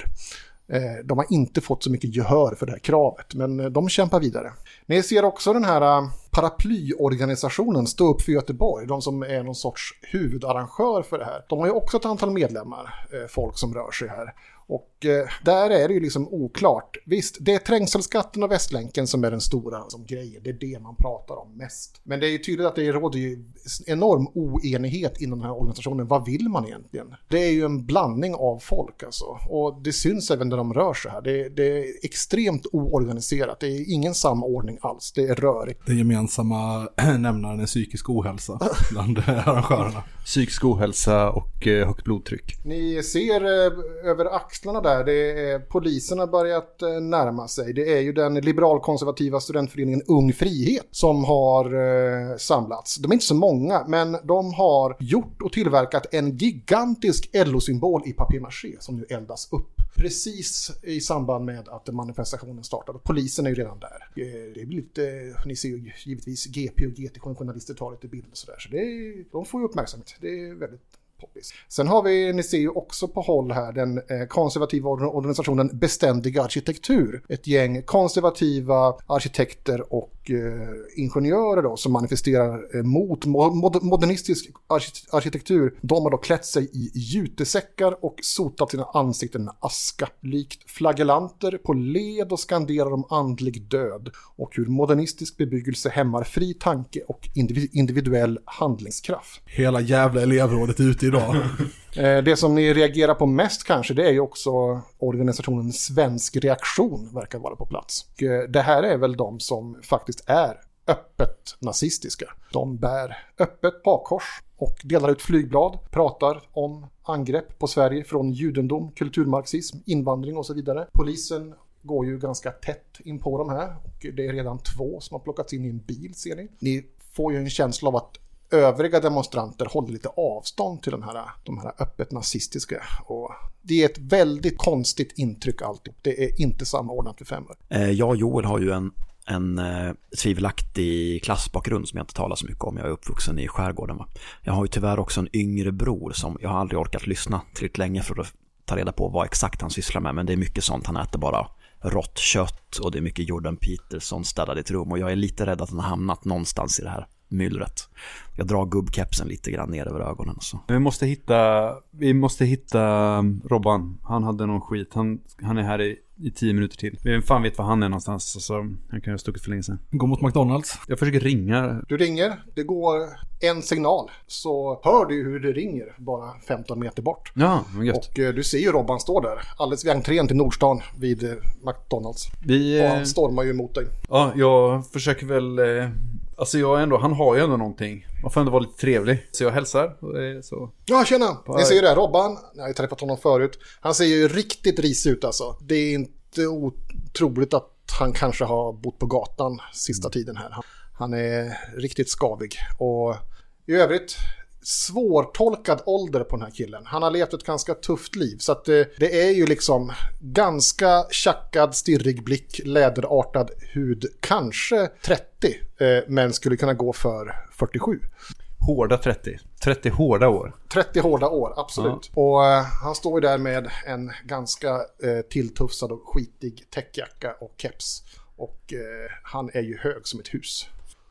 De har inte fått så mycket gehör för det här kravet, men de kämpar vidare. Ni ser också den här paraplyorganisationen Stå upp för Göteborg, de som är någon sorts huvudarrangör för det här. De har ju också ett antal medlemmar, folk som rör sig här. Och eh, där är det ju liksom oklart. Visst, det är trängselskatten och Västlänken som är den stora som grejer. Det är det man pratar om mest. Men det är ju tydligt att det råder ju enorm oenighet inom den här organisationen. Vad vill man egentligen? Det är ju en blandning av folk alltså. Och det syns även när de rör sig här. Det, det är extremt oorganiserat. Det är ingen samordning alls. Det är rörigt. Den gemensamma nämnaren är psykisk ohälsa bland arrangörerna. Psykisk ohälsa och eh, högt blodtryck. Ni ser eh, över axeln axlarna där. Det är, polisen har börjat eh, närma sig. Det är ju den liberalkonservativa studentföreningen Ung Frihet som har eh, samlats. De är inte så många, men de har gjort och tillverkat en gigantisk L O-symbol i papier-maché som nu eldas upp. Precis i samband med att manifestationen startade. Polisen är ju redan där. Det är lite, ni ser ju givetvis G P och G T-journalister tar lite bilder och sådär. Så det är, de får ju uppmärksamhet. Det är väldigt poppis. Sen har vi, ni ser ju också på håll här, den eh, konservativa organisationen Beständig arkitektur. Ett gäng konservativa arkitekter och eh, ingenjörer då, som manifesterar eh, mot mod- modernistisk ark- arkitektur. De har då klätt sig i jutesäckar och sotat sina ansikten med aska. Likt flagellanter på led och skanderar om andlig död och hur modernistisk bebyggelse hämmar fri tanke och individ- individuell handlingskraft. Hela jävla elevrådet ute idag. Det som ni reagerar på mest kanske, det är ju också organisationen Svensk Reaktion verkar vara på plats. Det här är väl de som faktiskt är öppet nazistiska. De bär öppet hakkors och delar ut flygblad, pratar om angrepp på Sverige från judendom, kulturmarxism, invandring och så vidare. Polisen går ju ganska tätt in på de här och det är redan två som har plockats in i en bil, ser ni. Ni får ju en känsla av att övriga demonstranter håller lite avstånd till den här, de här öppet nazistiska. Och det är ett väldigt konstigt intryck alltid. Det är inte samordnat för femmor. Jag och Joel har ju en, en eh, tvivelaktig klassbakgrund som jag inte talar så mycket om. Jag är uppvuxen i skärgården. Va? Jag har ju tyvärr också en yngre bror som jag har aldrig orkat lyssna tillräckligt länge för att ta reda på vad exakt han sysslar med. Men det är mycket sånt. Han äter bara rått kött och det är mycket Jordan Peterson städad i ett rum. Och jag är lite rädd att han har hamnat någonstans i det här myllret. Jag drar gubbkepsen lite grann ner över ögonen. Så. Vi måste hitta vi måste hitta Robban. Han hade någon skit. Han, han är här i, i tio minuter till. Vem fan vet var han är någonstans. Så han kan ju ha stuckit för länge sedan. Gå mot McDonalds. Jag försöker ringa. Du ringer, det går en signal. Så hör du hur det ringer bara femton meter bort. Ja, men gött. Och eh, du ser ju Robban står där. Alldeles vid entrén till Nordstan vid eh, McDonalds. Vi, och han stormar ju emot dig. Ja, jag försöker väl... Eh, alltså jag ändå, han har ju ändå någonting. Man får ändå vara lite trevlig. Så jag hälsar. Och det är så. Ja, tjena. Ni ser ju det. Robban, jag har ju träffat honom förut. Han ser ju riktigt risig ut alltså. Det är inte otroligt att han kanske har bott på gatan sista mm. tiden här. Han, han är riktigt skavig. Och i övrigt... svårtolkad ålder på den här killen. Han har levt ett ganska tufft liv. Så att det, det är ju liksom ganska tjackad, stirrig blick, läderartad hud. Kanske trettio, eh, men skulle kunna gå för fyrtiosju. Hårda trettio. trettio hårda år. trettio hårda år, absolut. Ja. Och eh, han står ju där med en ganska eh, tilltufsad och skitig täckjacka och keps. Och eh, han är ju hög som ett hus.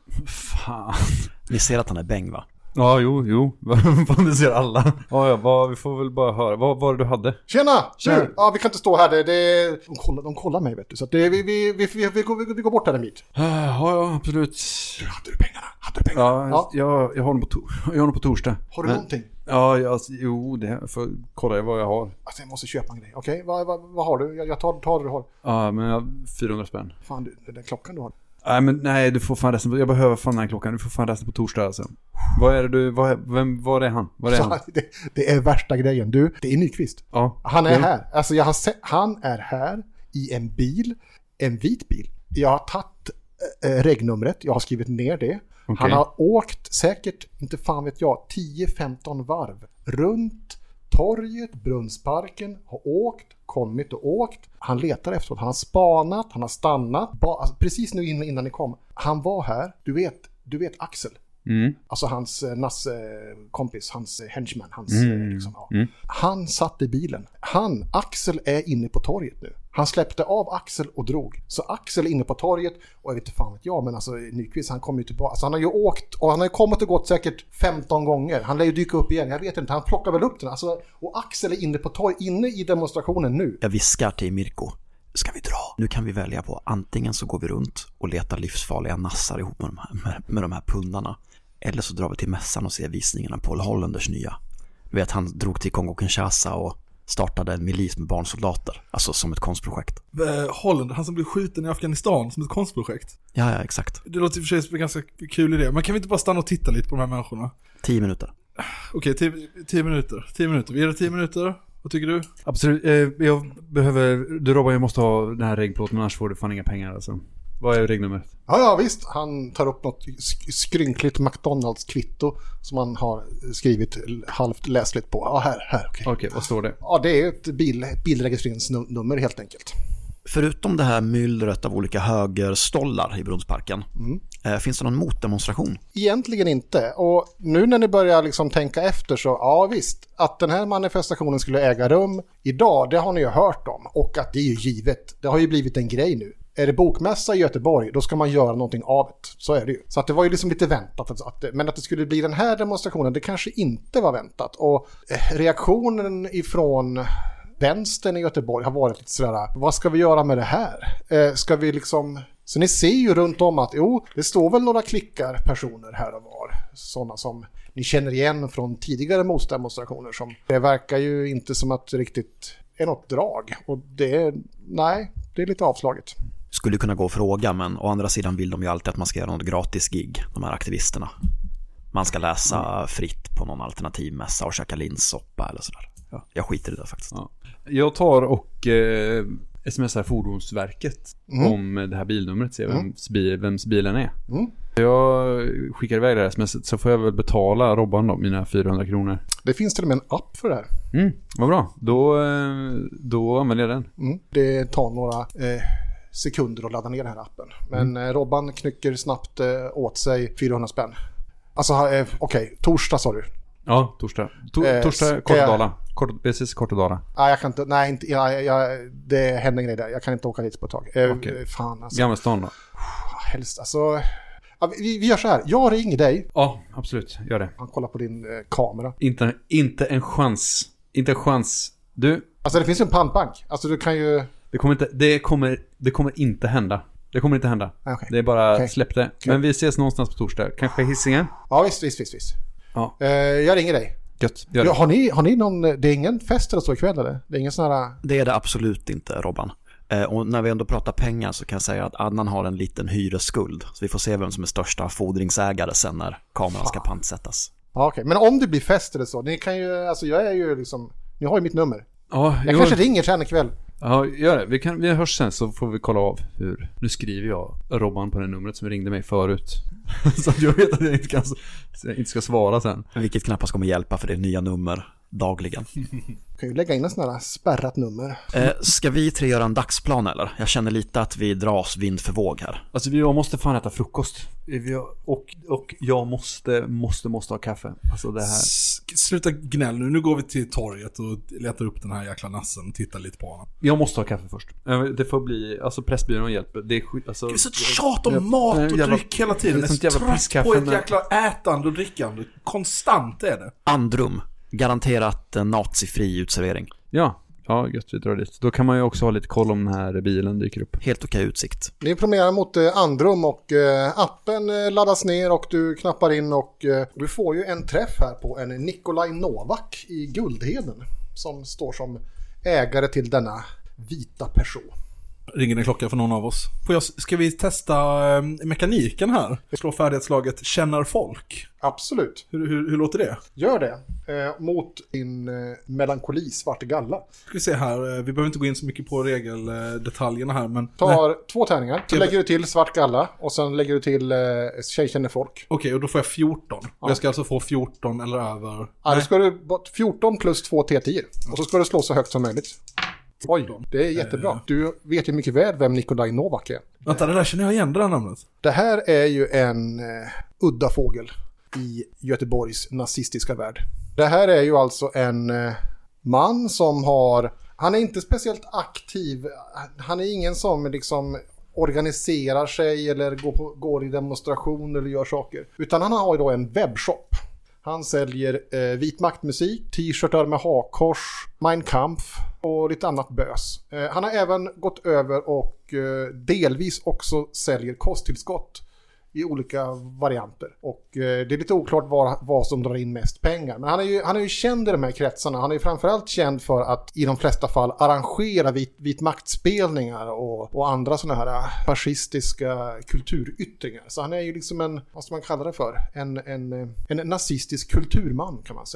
Fan. Ni ser att han är bäng, va? Ja, jo, jo. Vad det ser alla. Ja, ja, vad, vi får väl bara höra. Vad var det du hade? Tjena! Tjena. Ja, vi kan inte stå här. Det, det, de, kollar, de kollar mig, vet du. Så att det, vi, vi, vi, vi, vi, går, vi, vi går bort här en bit. Ja, ja, absolut. Du, hade du pengarna? Hade du pengarna? Ja, ja. Jag, jag, har dem på to- jag har dem på torsdag. Har du Men, någonting? Ja, jag, jo, det får kolla vad jag har. Alltså, jag måste köpa en grej. Okej, okay? vad, vad, vad har du? Jag, jag tar, tar det du har. Ja, men jag, fyrahundra spänn. Fan, du, den klockan du har. Nej, men nej, du får fan resten på, jag behöver fan den här klockan. Du får fan resten på torsdag alltså. Vad är det du, vad, vem, vad är han? Vad är han? det, det är värsta grejen. Du, det är Nyqvist. Ja. Han är ja. här. Alltså jag har sett, han är här i en bil, en vit bil. Jag har tagit äh, regnumret, jag har skrivit ner det. Okay. Han har åkt säkert, inte fan vet jag, tio femton varv runt torget, Brunnsparken, har åkt, kommit och åkt. Han letar efteråt, han har spanat, han har stannat. Ba- alltså, precis nu innan ni kom. Han var här, du vet, du vet Axel. Mm. Alltså hans eh, Nasse kompis, hans eh, henchman, hans mm. eh, liksom, ja. mm. Han satt i bilen. Han, Axel är inne på torget nu. Han släppte av Axel och drog. Så Axel är inne på torget och jag vet inte fan vet jag, men alltså Nyqvist, han kommer ju tillbaka. Alltså, han har ju åkt och han har ju kommit och gått säkert femton gånger. Han lär ju dyka upp igen, jag vet inte. Han plockar väl upp den. Alltså, och Axel är inne på torget, inne i demonstrationen nu. Jag viskar till Mirko. Ska vi dra? Nu kan vi välja på antingen så går vi runt och letar livsfarliga nassar ihop med de här, med, med de här pundarna. Eller så drar vi till mässan och ser visningarna på Paul Hollanders nya. Du vet, han drog till Kongo-Kinshasa och startade en milis med barnsoldater. Alltså som ett konstprojekt. Eh, Holland, han som blev skjuten i Afghanistan som ett konstprojekt. Ja, ja, exakt. Det låter i och för sig som en ganska kul idé. Men kan vi inte bara stanna och titta lite på de här människorna? Tio minuter. Okej, tio, tio minuter. Tio minuter. Vi ger det tio minuter. Vad tycker du? Absolut. Eh, jag behöver... Du Robban, jag måste ha den här regnplåten, annars får du fan inga pengar alltså. Vad är regnumret? Ja, ja visst. Han tar upp något sk- skrynkligt McDonalds-kvitto som han har skrivit halvt läsligt på. Ja, här, här. Okej, Okej, okay, vad står det? Ja, det är ett, bil, ett bilregistreringsnummer helt enkelt. Förutom det här myllret av olika högerstollar i Brunnsparken, mm. eh, finns det någon motdemonstration? Egentligen inte. Och nu när ni börjar liksom tänka efter så, ja visst, att den här manifestationen skulle äga rum idag, det har ni ju hört om. Och att det är ju givet. Det har ju blivit en grej nu. Är det bokmässa i Göteborg, då ska man göra någonting av det. Så är det ju. Så att det var ju liksom lite väntat. Att, att, men att det skulle bli den här demonstrationen, det kanske inte var väntat. Och eh, reaktionen ifrån vänstern i Göteborg har varit lite sådär, vad ska vi göra med det här? Eh, ska vi liksom... Så ni ser ju runt om att, jo, det står väl några klickar personer här och var. Sådana som ni känner igen från tidigare motdemonstrationer. Som, det verkar ju inte som att det riktigt är något drag. Och det är, nej, det är lite avslaget. Skulle kunna gå och fråga, men å andra sidan vill de ju alltid att man ska göra något gratis gig, de här aktivisterna. Man ska läsa fritt på någon alternativmässa och käka linssoppa eller sådär. Ja, jag skiter i det faktiskt. Ja. Jag tar och eh, smsar Fordonsverket mm. om det här bilnumret, se mm. vems, bil, vems bilen är. Mm. Jag skickar iväg det här smset, så får jag väl betala Robban då, mina fyrahundra kronor. Det finns till och med en app för det här. Mm, vad bra. Då, då använder jag den. Mm. Det tar några eh, sekunder att ladda ner den här appen. Men mm. eh, Robban knycker snabbt eh, åt sig fyrahundra spänn. Alltså, eh, okej, okay. torsdag sa du. Ja, torsdag. To- eh, torsdag, Kortedala. Kort, precis, Kortedala. Nej, jag kan inte, nej, inte, jag, jag, det händer en grej där. Jag kan inte åka dit på ett tag. Eh, okay. Fan, alltså. Gamla stan då? Helst, alltså... Ja, vi, vi gör så här. Jag ringer dig. Ja, absolut. Gör det. Han kollar på din eh, kamera. Inte, inte en chans. Inte en chans. Du... Alltså, det finns ju en pantbank. Alltså, du kan ju... Det kommer inte, det kommer, det kommer inte hända. Det kommer inte hända. Okay. Det är bara okay. släpp det. Okay. Men vi ses någonstans på torsdag. Kanske i Hisingen? Ja, visst, visst, visst. visst. Ja. Eh, jag ringer dig. Gött. Ja, har, ni, har ni någon... Det är ingen fest eller så ikväll, eller? Det är ingen sån här... Det är det absolut inte, Robban. Eh, och när vi ändå pratar pengar så kan jag säga att Adnan har en liten hyresskuld. Så vi får se vem som är största fordringsägare sen när kameran ska pantsättas. Ja, okej. Okay. Men om det blir fest eller så, ni kan ju... Alltså, jag är ju liksom... Ni har ju mitt nummer. Ja, jag jo. kanske ringer sen ikväll. Ja, gör det. Vi, kan, vi hörs sen så får vi kolla av hur... Nu skriver jag Robban på det numret som ringde mig förut. Så att jag vet att jag inte, kan, jag inte ska svara sen. Vilket knappast kommer hjälpa, för det är nya nummer dagligen. Kan ju lägga in en sån här spärrat nummer. Eh, ska vi tre göra en dagsplan eller? Jag känner lite att vi dras vind för våg här. Alltså jag måste fan äta frukost. Och, och jag måste, måste, måste ha kaffe. Alltså det här. S- sluta gnäll nu. Nu går vi till torget och letar upp den här jäkla nassen och tittar lite på honom. Jag måste ha kaffe först. Det får bli, alltså Pressbyrån hjälper. Det är skit, alltså. Det är så tjat om jag, mat och jävla, dryck hela tiden. Det är, det är trött på ett jäkla ätande och drickande. Konstant är det. Andrum. Garanterat nazifri utservering. Ja, ja, gött, vi drar dit. Då kan man ju också ha lite koll om den här bilen dyker upp. Helt okej utsikt. Ni promenerar mot eh, Andrum och eh, appen eh, laddas ner och du knappar in och eh, du får ju en träff här på en Nikolaj Novak i Guldheden som står som ägare till denna vita person. Ringer en klocka för någon av oss. Får jag, ska vi testa eh, mekaniken här? Slå färdighetslaget känner folk. Absolut. Hur, hur, hur låter det? Gör det. Eh, mot din eh, melankoli, svart galla. Ska vi se här. Vi behöver inte gå in så mycket på regeldetaljerna här. Men tar nej. två tärningar. Så lägger du till svart galla. Och sen lägger du till eh, tjej känner folk. Okej, okay, och då får jag fjorton. Ja. Och jag ska alltså få fjorton eller över. Ja, då ska du fjorton plus två T tio. Och så ska du slå så högt som möjligt. Oj, det är jättebra. Du vet ju mycket väl vem Nikolaj Novak är. Vänta, det där känner jag igen, det där namnet. Det här är ju en uh, udda fågel i Göteborgs nazistiska värld. Det här är ju alltså en uh, man som har... Han är inte speciellt aktiv. Han är ingen som liksom organiserar sig eller går, på, går i demonstration eller gör saker. Utan han har ju då en webbshop. Han säljer eh, vit maktmusik, t-shirtar med hakkors, Mein Kampf och lite annat bös. Eh, han har även gått över och eh, delvis också säljer kosttillskott i olika varianter. Och eh, det är lite oklart vad, vad som drar in mest pengar. Men han är, ju, han är ju känd i de här kretsarna. Han är ju framförallt känd för att i de flesta fall arrangera vit, vit maktspelningar och, och andra sådana här fascistiska kulturyttringar. Så han är ju liksom en, vad ska man kalla det för? En, en, en nazistisk kulturman kan man säga.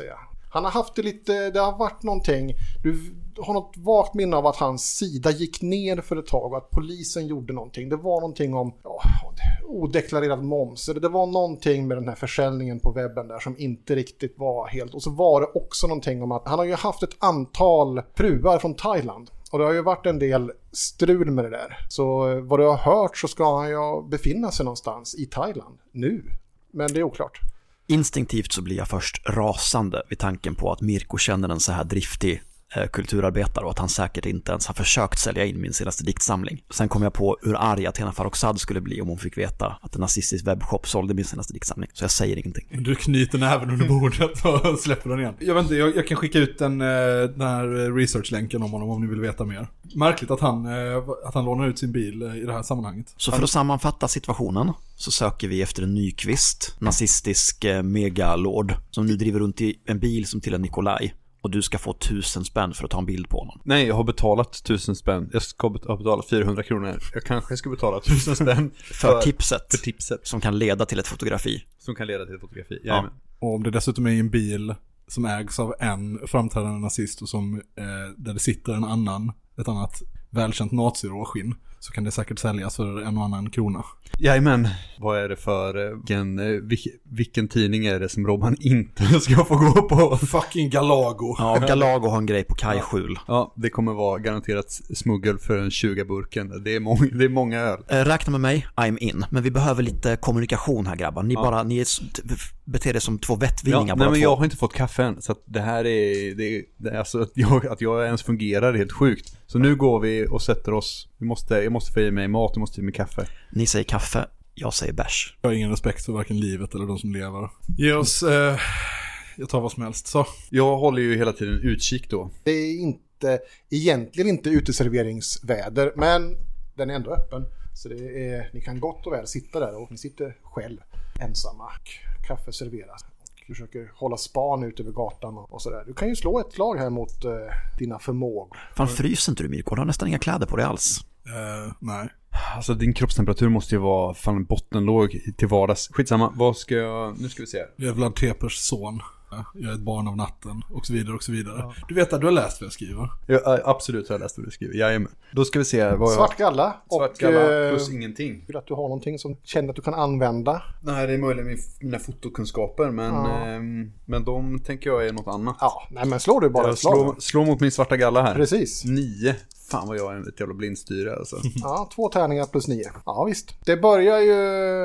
Han har haft det lite, det har varit någonting, du har något vagt minne av att hans sida gick ner för ett tag och att polisen gjorde någonting. Det var någonting om ja, odeklarerad moms, eller det var någonting med den här försäljningen på webben där som inte riktigt var helt, och så var det också någonting om att han har ju haft ett antal fruar från Thailand. Och det har ju varit en del strul med det där. Så vad du har hört så ska han ju befinna sig någonstans i Thailand nu. Men det är oklart. Instinktivt så blir jag först rasande vid tanken på att Mirko känner en så här driftig eh, kulturarbetare och att han säkert inte ens har försökt sälja in min senaste diktsamling. Sen kom jag på hur arg Athena Farrokhzad skulle bli om hon fick veta att en nazistisk webbshop sålde min senaste diktsamling. Så jag säger ingenting. Du knyter näven under bordet och släpper den igen. Jag vet inte, jag, jag kan skicka ut den, den här research-länken om honom om ni vill veta mer. Märkligt att han, att han lånar ut sin bil i det här sammanhanget. Så för att sammanfatta situationen så söker vi efter en Nyqvist, nazistisk megalord, som nu driver runt i en bil som till en Nikolaj. Och du ska få tusen spänn för att ta en bild på honom. Nej, jag har betalat tusen spänn. Jag ska bet- ha betalat fyrahundra kronor. Jag kanske ska betala tusen spänn för, för, tipset, för tipset. Som kan leda till ett fotografi. Som kan leda till ett fotografi, ja. Och om det dessutom är en bil som ägs av en framträdande nazist och som, eh, där det sitter en annan, ett annat välkänt naziråskinn, så kan det säkert säljas för en och annan krona. Jajamän. Vad är det för vilken, vilken tidning är det som Robban inte ska få gå på? Fucking Galago. Ja, Galago har en grej på kajskjul. Ja, det kommer vara garanterat smuggel för en tjugo-burken. Det är, många, det är många öl. Räkna med mig, I'm in. Men vi behöver lite kommunikation här, grabbar. Ni ja. bara, ni är, beter er som två vettvillingar. Ja, bara nej, men två. jag har inte fått kaffe än. Så att det här är, det är, det är alltså att jag, att jag ens fungerar är helt sjukt. Så nu går vi och sätter oss. Vi måste, jag måste få i mig mat, jag måste få i mig kaffe. Ni säger kaffe, jag säger bärs. Jag har ingen respekt för varken livet eller de som lever. Ge oss, eh, jag tar vad som helst. Så. Jag håller ju hela tiden utkik då. Det är inte, egentligen inte uteserveringsväder, men den är ändå öppen. Så det är, ni kan gott och väl sitta där och ni sitter själv ensamma. Kaffe serveras. Försöker hålla span ut över gatan och, och sådär. Du kan ju slå ett slag här mot uh, dina förmågor. Fan, fryser inte du, Mirko? Du har nästan inga kläder på dig alls. Uh, nej. Alltså din kroppstemperatur måste ju vara fan bottenlåg till vardags. Skitsamma, vad ska jag... Nu ska vi se. Jag är Vlad Tepers son. Jag är ett barn av natten och så vidare och så vidare. Ja. Du vet att du har läst vad jag skriver. Ja, absolut har jag läst vad du skriver. Jajamän. Då ska vi se vad jag... Svart galla. Svart galla plus ingenting. Vill att du har någonting som känner att du kan använda. Nej, det är möjligen mina fotokunskaper, men, ja. eh, men de tänker jag är något annat. Ja, nej men slår du bara jag ett slag. Slå, slå mot min svarta galla här. Precis. Nio. Fan vad jag är ett jävla blindstyre alltså. Ja, två tärningar plus nio. Ja visst. Det börjar ju,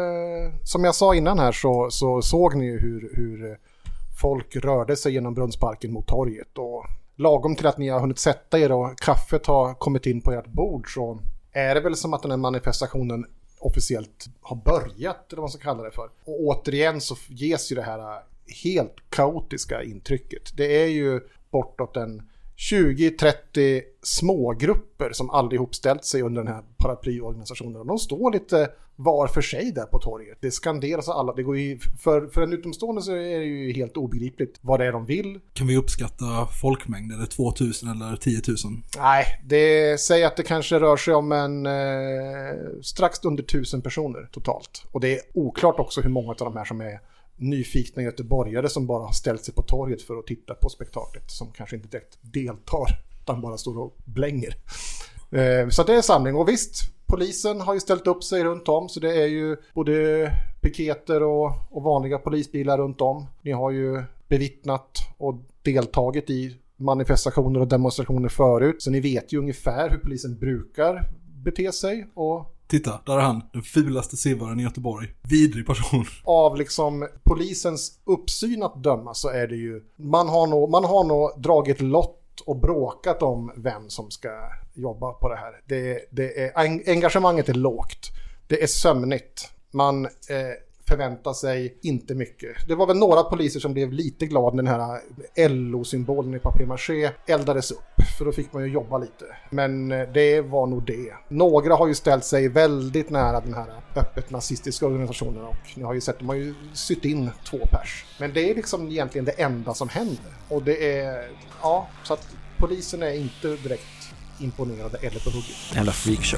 som jag sa innan här så, så såg ni ju hur, hur folk rörde sig genom Brunnsparken mot torget. Och lagom till att ni har hunnit sätta er och kaffet har kommit in på ert bord så är det väl som att den här manifestationen officiellt har börjat, eller vad man ska kalla det för. Och återigen så ges ju det här helt kaotiska intrycket. Det är ju bortåt en tjugo trettio smågrupper som allihop ställt sig under den här paraplyorganisationen. De står lite var för sig där på torget. Det skanderas alla. Det går ju, för, för en utomstående så är det ju helt obegripligt vad det är de vill. Kan vi uppskatta folkmängd? Är det tvåtusen eller tio tusen? Nej, det säger att det kanske rör sig om en eh, strax under tusen personer totalt. Och det är oklart också hur många av de här som är nyfikna göteborgare som bara har ställt sig på torget för att titta på spektaklet, som kanske inte direkt deltar utan bara står och blänger. Eh, så det är samling. Och visst, polisen har ju ställt upp sig runt om, så det är ju både piketer och, och vanliga polisbilar runt om. Ni har ju bevittnat och deltagit i manifestationer och demonstrationer förut, så ni vet ju ungefär hur polisen brukar bete sig. Och titta, där är han, den fulaste sivaren i Göteborg. Vidrig person. Av liksom polisens uppsyn att döma så är det ju, man har nog, man har nog dragit lott och bråkat om vem som ska jobba på det här. Det, det är, engagemanget är lågt. Det är sömnigt. Man eh, förväntar sig inte mycket. Det var väl några poliser som blev lite glada när den här L O-symbolen i papier-maché eldades upp. För då fick man ju jobba lite. Men det var nog det. Några har ju ställt sig väldigt nära den här öppet nazistiska organisationen. Och ni har ju sett, de har ju sytt in två pers. Men det är liksom egentligen det enda som händer. Och det är, ja, så att polisen är inte direkt imponerade eller på hugget. Jävla freakshow.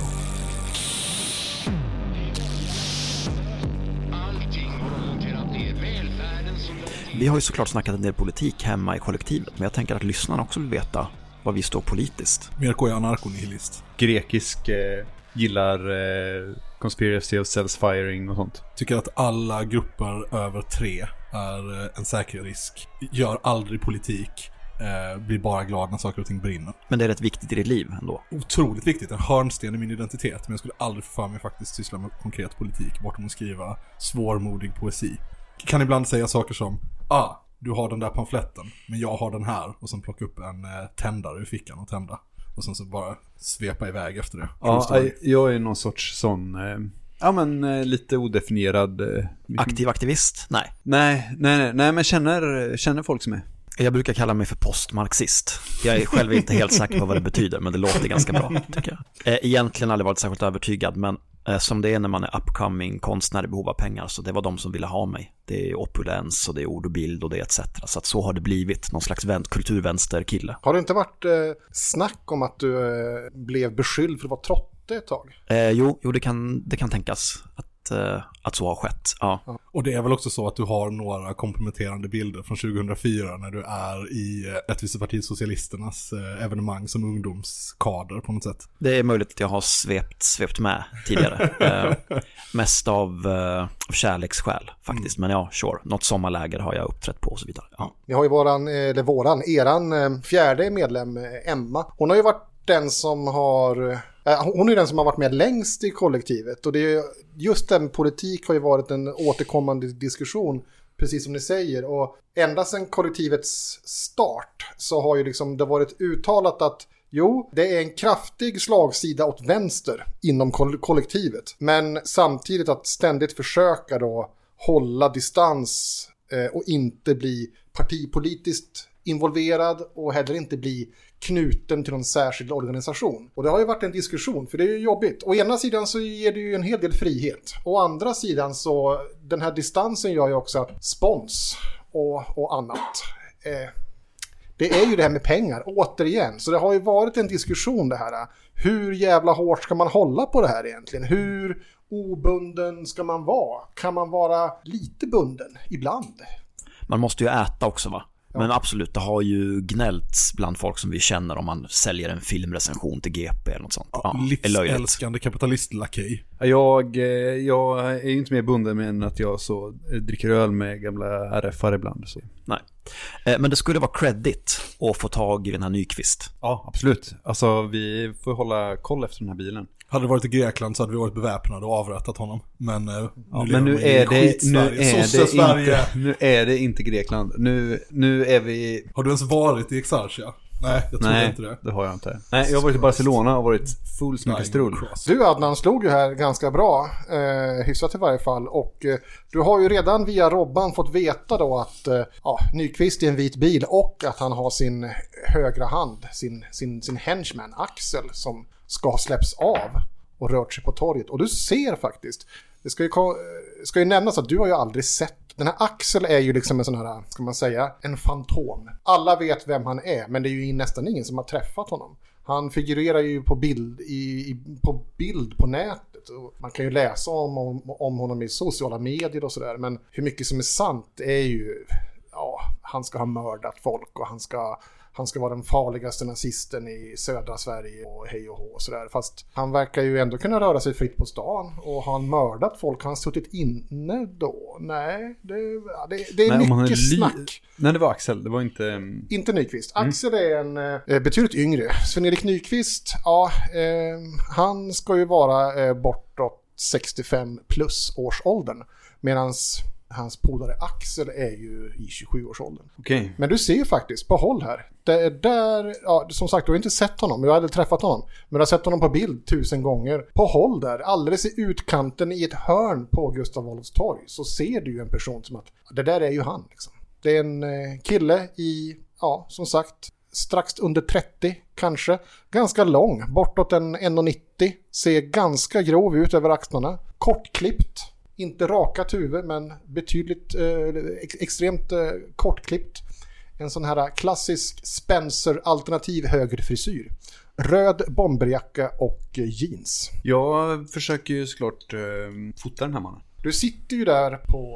Vi har ju såklart snackat en del politik hemma i kollektivet, men jag tänker att lyssnarna också vill veta var vi står politiskt. Mirko är anarkonihilist. Grekisk eh, gillar eh, conspiracy of cells firing och sånt. Tycker att alla grupper över tre är eh, en säker risk. Gör aldrig politik. Eh, blir bara glad när saker och ting brinner. Men det är rätt viktigt i ditt liv ändå. Otroligt viktigt, en hörnsten i min identitet. Men jag skulle aldrig för mig faktiskt syssla med konkret politik bortom att skriva svårmodig poesi. Kan ibland säga saker som ah, du har den där pamfletten, men jag har den här. Och sen plocka upp en eh, tändare ur fickan och tända. Och sen så bara svepa iväg efter det. Ja, jag är någon sorts sån... Eh... Ja, men eh, lite odefinierad... Eh, Aktiv aktivist? Nej. Nej, nej, nej, nej men känner, känner folk som är. Jag brukar kalla mig för postmarxist. Jag är själv inte helt säker på vad det betyder, men det låter ganska bra, tycker jag. Egentligen har jag aldrig varit särskilt övertygad, men som det är när man är upcoming konstnär i behov av pengar, så det var de som ville ha mig. Det är opulens och det är ord och bild och det är et cetera. Så att så har det blivit, någon slags vänt, kulturvänsterkille. Har det inte varit eh, snack om att du eh, blev beskylld för att vara trotte ett tag? Eh, jo, jo det, kan, det kan tänkas att, eh, att så har skett, ja. Ja. Och det är väl också så att du har några komprometterande bilder från tjugohundrafyra när du är i Rättvisepartiet Socialisternas eh, evenemang som ungdomskader på något sätt. Det är möjligt att jag har svept, svept med tidigare. eh, mest av eh, kärleksskäl faktiskt, mm. men ja, sure. Något sommarläger har jag uppträtt på och så vidare. Ja. Ni har ju våran, eller våran, eran fjärde medlem, Emma. Hon har ju varit den som har... Hon är den som har varit med längst i kollektivet, och det är just den politik har ju varit en återkommande diskussion, precis som ni säger, och ända sedan kollektivets start så har ju liksom det varit uttalat att jo, det är en kraftig slagsida åt vänster inom kollektivet, men samtidigt att ständigt försöka då hålla distans och inte bli partipolitiskt involverad och heller inte bli knuten till någon särskild organisation. Och det har ju varit en diskussion, för det är ju jobbigt. Å ena sidan så ger det ju en hel del frihet. Å andra sidan så, den här distansen gör ju också att spons och, och annat. Eh, det är ju det här med pengar, återigen. Så det har ju varit en diskussion det här. Hur jävla hårt ska man hålla på det här egentligen? Hur obunden ska man vara? Kan man vara lite bunden ibland? Man måste ju äta också, va? Men absolut, det har ju gnällts bland folk som vi känner om man säljer en filmrecension till G P eller något sånt. Ja, livsälskande kapitalistlakej. Jag, jag är inte mer bunden med än att jag så dricker öl med gamla R F-ar ibland. Så. Nej, men det skulle vara credit att få tag i den här Nyqvist. Ja, absolut. Alltså, vi får hålla koll efter den här bilen. Hade det varit i Grekland så hade vi varit beväpnade och avrättat honom. Men, ja, nu, men nu, är det, nu, är det inte, nu är det inte Grekland. Nu, nu är vi... Har du ens varit i Exarchia? Nej, jag tror Nej, inte det. det har jag inte. Nej, jag har varit i Barcelona och varit full som mycket strull. Du Adnan slog ju här ganska bra, eh, hyfsat i varje fall. Och eh, du har ju redan via Robban fått veta då att eh, ja, Nyqvist är en vit bil och att han har sin högra hand, sin, sin, sin henchman Axel, som ska ha släpps av och rört sig på torget. Och du ser faktiskt, det ska ju, ska ju nämnas att du har ju aldrig sett. Den här Axel är ju liksom en sån här, ska man säga, en fantom. Alla vet vem han är, men det är ju nästan ingen som har träffat honom. Han figurerar ju på bild, i, i, på, bild på nätet. Och man kan ju läsa om, om, om honom i sociala medier och sådär. Men hur mycket som är sant är ju, ja, han ska ha mördat folk och han ska... Han ska vara den farligaste nazisten i södra Sverige och hej och hå och sådär. Fast han verkar ju ändå kunna röra sig fritt på stan. Och har han mördat folk? Har han suttit inne då? Nej, det, det, det är Nej, mycket li- snack. Nej, det var Axel. Det var inte... Inte Nyqvist. Axel mm. är en eh, betydligt yngre. Sven-Erik Nyqvist, ja, eh, han ska ju vara eh, bortåt sextiofem plus årsåldern. Medans... hans polare Axel är ju i tjugosju-årsåldern. Okay. Men du ser ju faktiskt på håll här. Det är där, ja, som sagt, du har inte sett honom. Jag hade träffat honom. Men du har sett honom på bild tusen gånger. På håll där, alldeles i utkanten i ett hörn på Gustav Adolfs torg, så ser du ju en person som att det där är ju han. Liksom. Det är en eh, kille i, ja, som sagt, strax under trettio kanske. Ganska lång, bortåt en ett komma nittio. Ser ganska grov ut över axlarna. Kortklippt. Inte rakat huvud, men betydligt eh, ex- extremt eh, kortklippt. En sån här klassisk Spencer-alternativ högerfrisyr. Röd bomberjacka och eh, jeans. Jag försöker ju såklart eh, fota den här mannen. Du sitter ju där på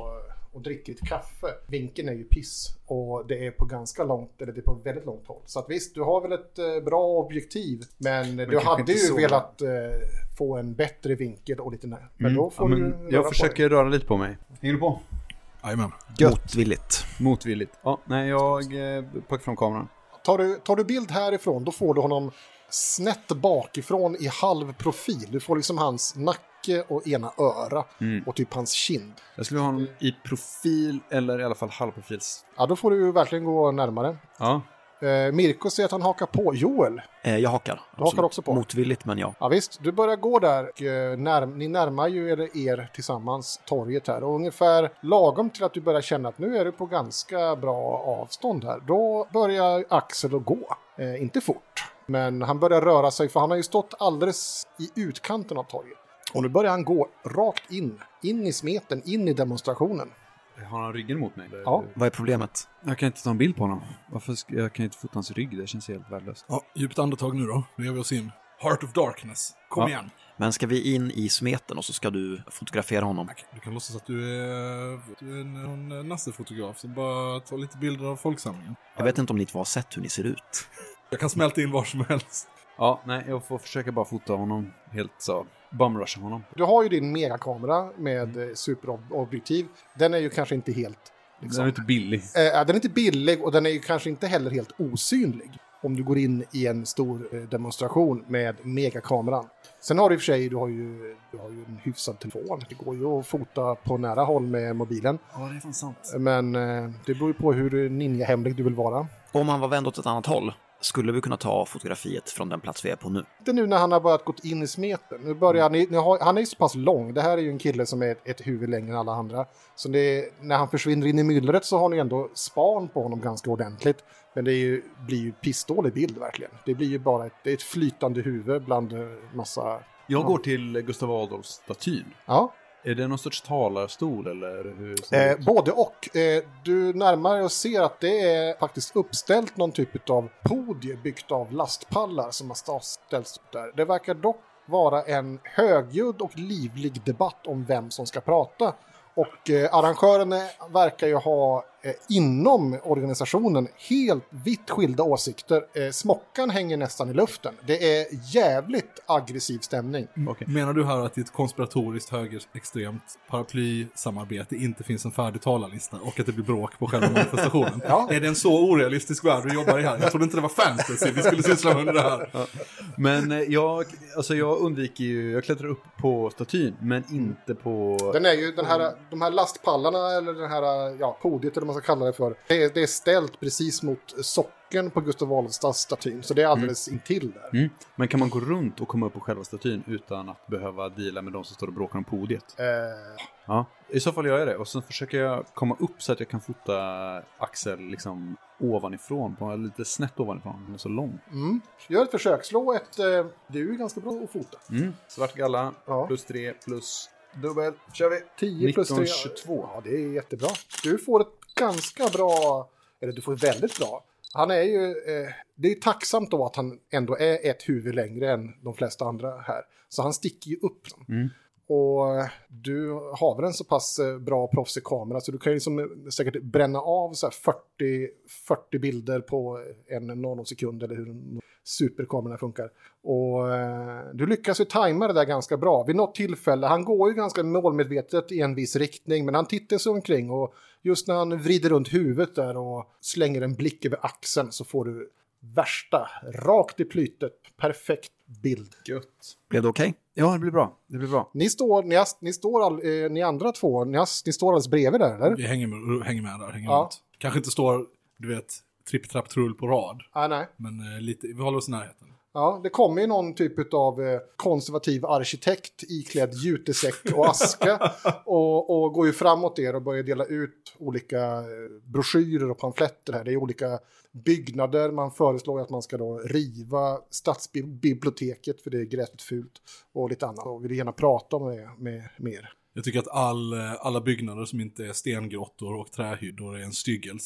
och dricker ett kaffe. Vinkeln är ju piss och det är på ganska långt, eller det är på väldigt långt håll. Så att visst, du har väl ett eh, bra objektiv, men, men du hade ju så... velat eh, få en bättre vinkel och lite nära. Men mm. då får ja, du men jag försöker röra lite på mig. Hänger du på? Jajamän. Motvilligt. Motvilligt. Ja, nej, jag eh, plockar fram kameran. Tar du, tar du bild härifrån, då får du honom snett bakifrån i halv profil. Du får liksom hans nacke och ena öra mm. och typ hans kind. Jag skulle ha honom i profil eller i alla fall halvprofils. Ja, då får du verkligen gå närmare. Ja. Eh, Mirko säger att han hakar på. Joel? Eh, jag hakar. Du hakar också på? Motvilligt, men ja. Ja visst, du börjar gå där. Och, eh, när, ni närmar ju er, er tillsammans torget här. Och ungefär lagom till att du börjar känna att nu är du på ganska bra avstånd här. Då börjar Axel att gå. Eh, inte fort. Men han börjar röra sig, för han har ju stått alldeles i utkanten av torget. Och nu börjar han gå rakt in. In i smeten, in i demonstrationen. Har han ryggen mot mig? Ja. Vad är problemet? Jag kan inte ta en bild på honom. Varför ska, jag kan inte fota hans rygg, det känns helt värdelöst. Ja, djupt andetag nu då. Nu ger vi oss in. Heart of Darkness. Kom ja. igen. Men ska vi in i smeten och så ska du fotografera honom? Du kan låtsas att du är, du är en, en nassefotograf som bara tar lite bilder av folksamlingen. Jag vet inte om ni två har sett hur ni ser ut. Jag kan smälta in var som helst. Ja, nej, jag får försöka bara fota honom helt så. Bumrusha honom. Du har ju din megakamera med mm. superobjektiv. Den är ju kanske inte helt... Liksom, den är inte billig. Eh, den är inte billig och den är ju kanske inte heller helt osynlig. Om du går in i en stor eh, demonstration med megakameran. Sen har du i och för sig, du har ju, du har ju en hyfsad telefon. Det går ju att fota på nära håll med mobilen. Ja, det är fan sant. Men eh, det beror ju på hur ninja-hemlig du vill vara. Om han var vänd åt ett annat håll, skulle vi kunna ta fotografiet från den plats vi är på nu? Inte nu när han har börjat gått in i smeten. Nu börjar han, nu har, han är ju så pass lång. Det här är ju en kille som är ett, ett huvud längre än alla andra. Så det, när han försvinner in i myllret så har ni ändå span på honom ganska ordentligt. Men det är ju, blir ju pissdålig bild verkligen. Det blir ju bara ett, det är ett flytande huvud bland massa... Jag ja. går till Gustav Adolfs-statyn. Ja. Är det någon sorts talarstol eller hur ser eh, det ut? Både och. Eh, du närmar dig och ser att det är faktiskt uppställt någon typ av podie byggt av lastpallar som har ställts upp där. Det verkar dock vara en högljudd och livlig debatt om vem som ska prata. Och eh, arrangörerna verkar ju ha eh, inom organisationen helt vitt skilda åsikter. Eh, smockan hänger nästan i luften. Det är jävligt aggressiv stämning. Okay. Menar du här att i ett konspiratoriskt högerextremt paraplysamarbete inte finns en färdig talarlista och att det blir bråk på själva manifestationen? Ja. Är det en så orealistisk värld du jobbar i här? Jag trodde inte det var fantasy vi skulle syssla med det här. Ja. Men eh, jag, alltså jag undviker ju, jag klättrar upp på statyn men inte på... Den är ju den här, de här lastpallarna eller den här, ja, podiet eller vad man ska kalla det för. Det är, det är ställt precis mot socken på Gustav Adolfs-statyn. Så det är alldeles mm. intill där. Mm. Men kan man gå runt och komma upp på själva statyn utan att behöva deala med de som står och bråkar om podiet? Eh. Ja, i så fall gör jag det. Och så försöker jag komma upp så att jag kan fota Axel liksom ovanifrån, på lite snett ovanifrån. Den är så lång. Mm. Gör ett försök. Slå ett... Eh, det är ju ganska bra att fota. Mm. Svart galla, ja. Plus tre, plus... Dubbel, kör vi. tio plus tre. tjugotvå. Ja, det är jättebra. Du får ett ganska bra... Eller du får väldigt bra. Han är ju... Eh, det är tacksamt då att han ändå är ett huvud längre än de flesta andra här. Så han sticker ju upp. Mm. Och du har väl en så pass bra proffsig kamera så du kan ju liksom säkert bränna av så här fyrtio, fyrtio bilder på en nanosekund eller hur superkamerorna funkar. Och eh, du lyckas ju tajma det där ganska bra. Vid något tillfälle, han går ju ganska målmedvetet i en viss riktning men han tittar sig omkring och just när han vrider runt huvudet där och slänger en blick över axeln så får du värsta, rakt i plytet, perfekt bild. Gött. Blev det okej? Okay? Ja, det blir bra. Det blir bra. Ni står, ni, har, ni, står all, eh, ni andra två, ni, har, ni står alldeles bredvid där, eller? Vi hänger med, hänger med där, hänger ja. runt. Kanske inte står, du vet, tripp-trapp-trull på rad. Ah, nej. Men eh, lite, vi håller oss i närheten. Ja, det kommer ju någon typ av eh, konservativ arkitekt iklädd jutesäck och aska och, och går ju framåt er och börjar dela ut olika eh, broschyrer och pamfletter här. Det är olika byggnader. Man föreslår att man ska då riva stadsbiblioteket för det är gräsligt fult och lite annat. Och vill gärna prata om det med, med er. Jag tycker att all, alla byggnader som inte är stengrottor och trähyddor är en styggelse.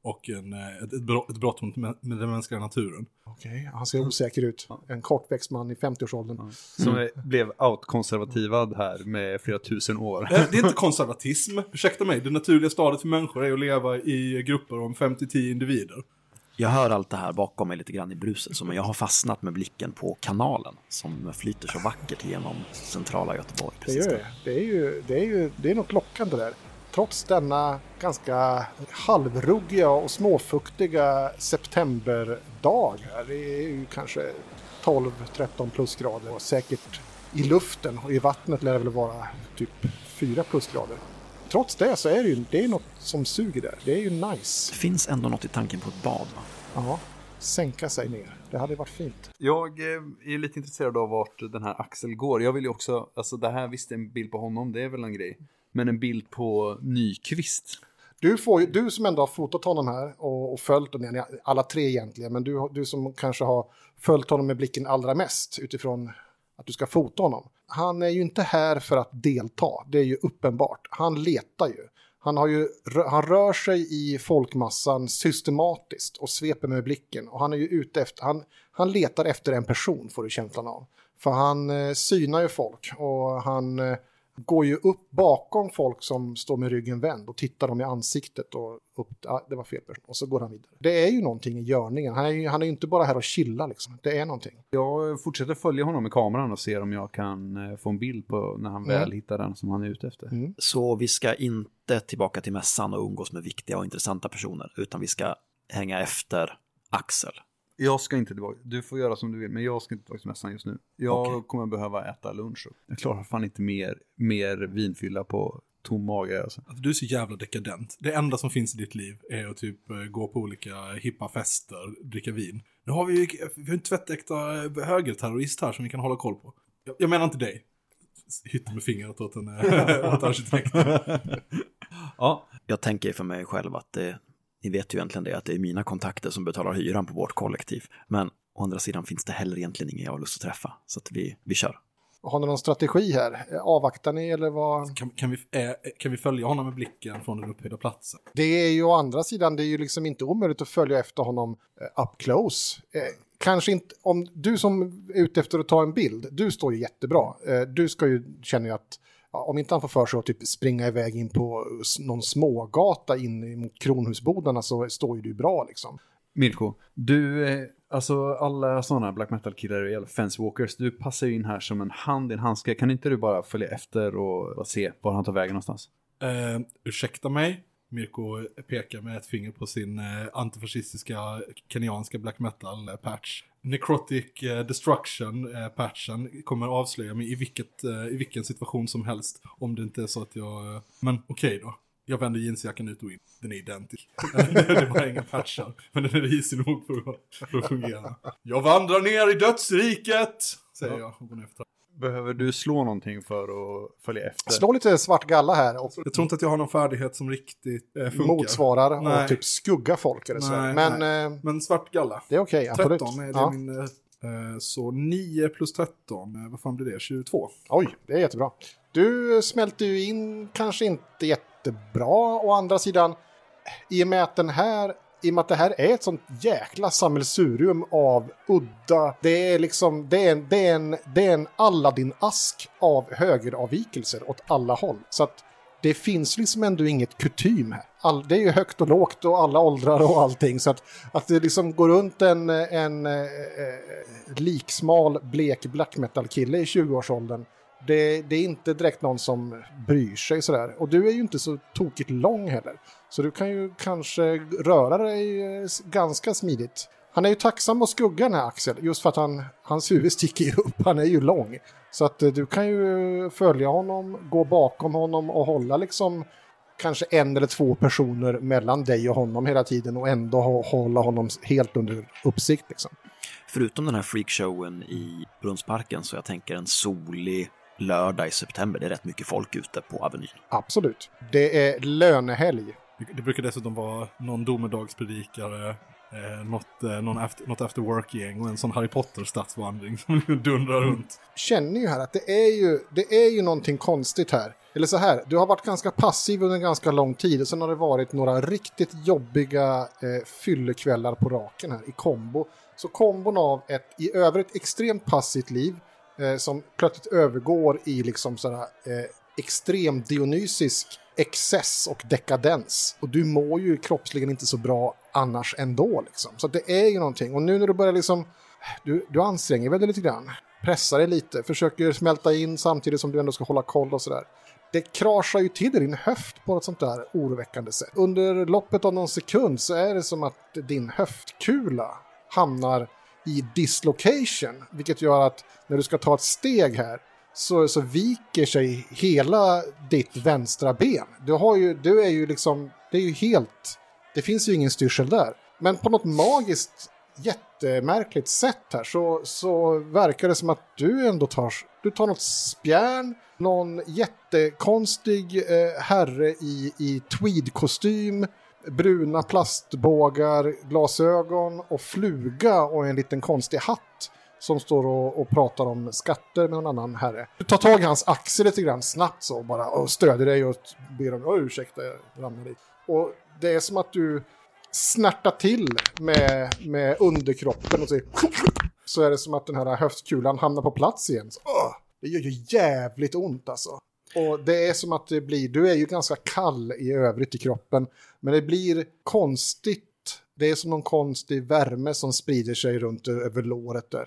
och en, ett, ett, brott, ett brott mot med den mänskliga naturen. Okej, okay, han ser osäker ut. En kortväxt man i femtioårsåldern. Ja. Som mm. blev outkonservativad här med flera tusen år. Det är inte konservatism, ursäkta mig. Det naturliga stadiet för människor är att leva i grupper om fem till tio individer. Jag hör allt det här bakom mig lite grann i bruset, så men jag har fastnat med blicken på kanalen som flyter så vackert genom centrala Göteborg. Det gör det. Det är ju, det är ju det är något lockande där. Trots denna ganska halvruggiga och småfuktiga septemberdag. Det är ju kanske tolv tretton plusgrader och säkert i luften och i vattnet lär det väl vara typ fyra plusgrader. Trots det så är det ju det är något som suger där. Det är ju nice. Det finns ändå något i tanken på ett bad, va? Ja, sänka sig ner. Det hade varit fint. Jag är lite intresserad av vart den här Axel går. Jag vill ju också, alltså det här visst en bild på honom, det är väl en grej. Men en bild på Nyqvist. Du, får, du som ändå har fotat honom här och, och följt honom, alla tre egentligen, men du, du som kanske har följt honom med blicken allra mest utifrån att du ska fota honom. Han är ju inte här för att delta, det är ju uppenbart. Han letar ju. Han, har ju, han rör sig i folkmassan systematiskt och sveper med blicken. Och han är ju ute efter, han, han letar efter en person, får du känslan av. För han eh, synar ju folk och han eh, går ju upp bakom folk som står med ryggen vänd och tittar dem i ansiktet och upp, ah, det var fel person, och så går han vidare. Det är ju någonting i görningen. Han är ju, han är ju inte bara här och chilla liksom. Det är någonting. Jag fortsätter följa honom med kameran och ser om jag kan eh, få en bild på när han mm. väl hittar den som han är ute efter. Mm. Så vi ska inte tillbaka till mässan och umgås med viktiga och intressanta personer, utan vi ska hänga efter Axel. Jag ska inte tillbaka. Du får göra som du vill, men jag ska inte tillbaka till mässan just nu. Jag okay. kommer behöva äta lunch. Jag klarar fan inte mer, mer vinfylla på tom mage. Alltså. Alltså, du är så jävla dekadent. Det enda som finns i ditt liv är att typ gå på olika hippa fester, dricka vin. Nu har vi ju vi har en tvättäkta högerterrorist här som vi kan hålla koll på. Jag, jag menar inte dig. Hytter med fingret åt en åt arkitekt. Ja, jag tänker för mig själv att det, ni vet ju egentligen det, att det är mina kontakter som betalar hyran på vårt kollektiv. Men å andra sidan finns det heller egentligen ingen jag har lust att träffa. Så att vi, vi kör. Har ni någon strategi här? Avvaktar ni eller vad? Kan, kan, vi, äh, kan vi följa honom med blicken från den upphöjda platsen? Det är ju å andra sidan, det är ju liksom inte omöjligt att följa efter honom uh, up close. Uh, kanske inte, om du som är ute efter att ta en bild, du står ju jättebra. Uh, du ska ju känna ju att ja, om inte han får för sig att typ springa iväg in på någon smågata in mot Kronhusbodarna så står ju du bra liksom. Mirko, du, alltså alla sådana black metal-killar eller fence-walkers, du passar ju in här som en hand i en handske. Kan inte du bara följa efter och, och se var han tar vägen någonstans? Uh, ursäkta mig. Mirko pekar med ett finger på sin uh, antifascistiska kenyanska black metal-patch. Necrotic uh, Destruction-patchen uh, kommer avslöja mig i, vilket, uh, i vilken situation som helst. Om det inte är så att jag... Uh, men okej okay då. Jag vänder jeansjackan ut och in. Den är identisk. Det är bara inga patchar. Men den är risig nog för att, för att fungera. Jag vandrar ner i dödsriket, säger jag och går ner för. Behöver du slå någonting för att följa efter? Slå lite svart galla här. Och jag tror inte att jag har någon färdighet som riktigt eh, funkar. Motsvarar Nej. Och typ skugga folk. Eller så. Nej, men, nej. Eh, men svart galla. Det är okej, okay, absolut. tretton är det ja. min... Eh, så nio plus tretton, eh, vad fan blir det? tjugotvå. Oj, det är jättebra. Du smälter ju in kanske inte jättebra. Å andra sidan, i och med att den här... I och med att det här är ett sånt jäkla sammelsurium av udda. Det är liksom, det är en, det är en, det är en Aladdin-ask av högeravvikelser åt alla håll. Så att det finns liksom ändå inget kutym här. All, det är ju högt och lågt och alla åldrar och allting. Så att, att det liksom går runt en, en eh, liksmal, blek black metal-kille i tjugoårsåldern. Det, det är inte direkt någon som bryr sig sådär. Och du är ju inte så tokigt lång heller. Så du kan ju kanske röra dig ganska smidigt. Han är ju tacksam att skugga den här Axel. Just för att han, hans huvud sticker ju upp. Han är ju lång. Så att du kan ju följa honom, gå bakom honom och hålla liksom kanske en eller två personer mellan dig och honom hela tiden. Och ändå hålla honom helt under uppsikt liksom. Förutom den här freakshowen i Brunnsparken så jag tänker en solig lördag i september. Det är rätt mycket folk ute på Avenyn. Absolut. Det är lönehelg. Det brukar dessutom vara någon domedagspredikare eh, något, eh, någon after, något after work-gäng och en sån Harry Potter-stadsvandring som dundrar runt. Känner ju här att det är ju, det är ju någonting konstigt här. Eller så här, du har varit ganska passiv under en ganska lång tid och sen har det varit några riktigt jobbiga eh, fyllekvällar på raken här i kombo. Så kombon av ett i övrigt extremt passivt liv eh, som plötsligt övergår i liksom sådär eh, extrem dionysisk excess och dekadens. Och du mår ju kroppsligen inte så bra annars ändå liksom. Så det är ju någonting. Och nu när du börjar liksom, du, du anstränger väldigt lite grann. Pressar dig lite, försöker smälta in samtidigt som du ändå ska hålla koll och sådär. Det kraschar ju till din höft på ett sånt där oroväckande sätt. Under loppet av någon sekund så är det som att din höftkula hamnar i dislocation. Vilket gör att när du ska ta ett steg här så, så viker sig hela ditt vänstra ben. Du, har ju, du är ju liksom, det är ju helt, det finns ju ingen styrsel där. Men på något magiskt jättemärkligt sätt här så, så verkar det som att du ändå tar, du tar något spjärn, någon jättekonstig eh, herre i, i tweedkostym, bruna plastbågar, glasögon och fluga och en liten konstig hatt som står och, och pratar om skatter med någon annan herre. Du tar tag i hans axel lite grann snabbt så bara och stöder dig och ber om oh, ursäkta, jag ramlar dit. Och det är som att du snärtar till med, med underkroppen och så, så är det som att den här höftkulan hamnar på plats igen. Så, åh, det gör ju jävligt ont alltså. Och det är som att det blir, du är ju ganska kall i övrigt i kroppen, men det blir konstigt. Det är som någon konstig värme som sprider sig runt över låret där.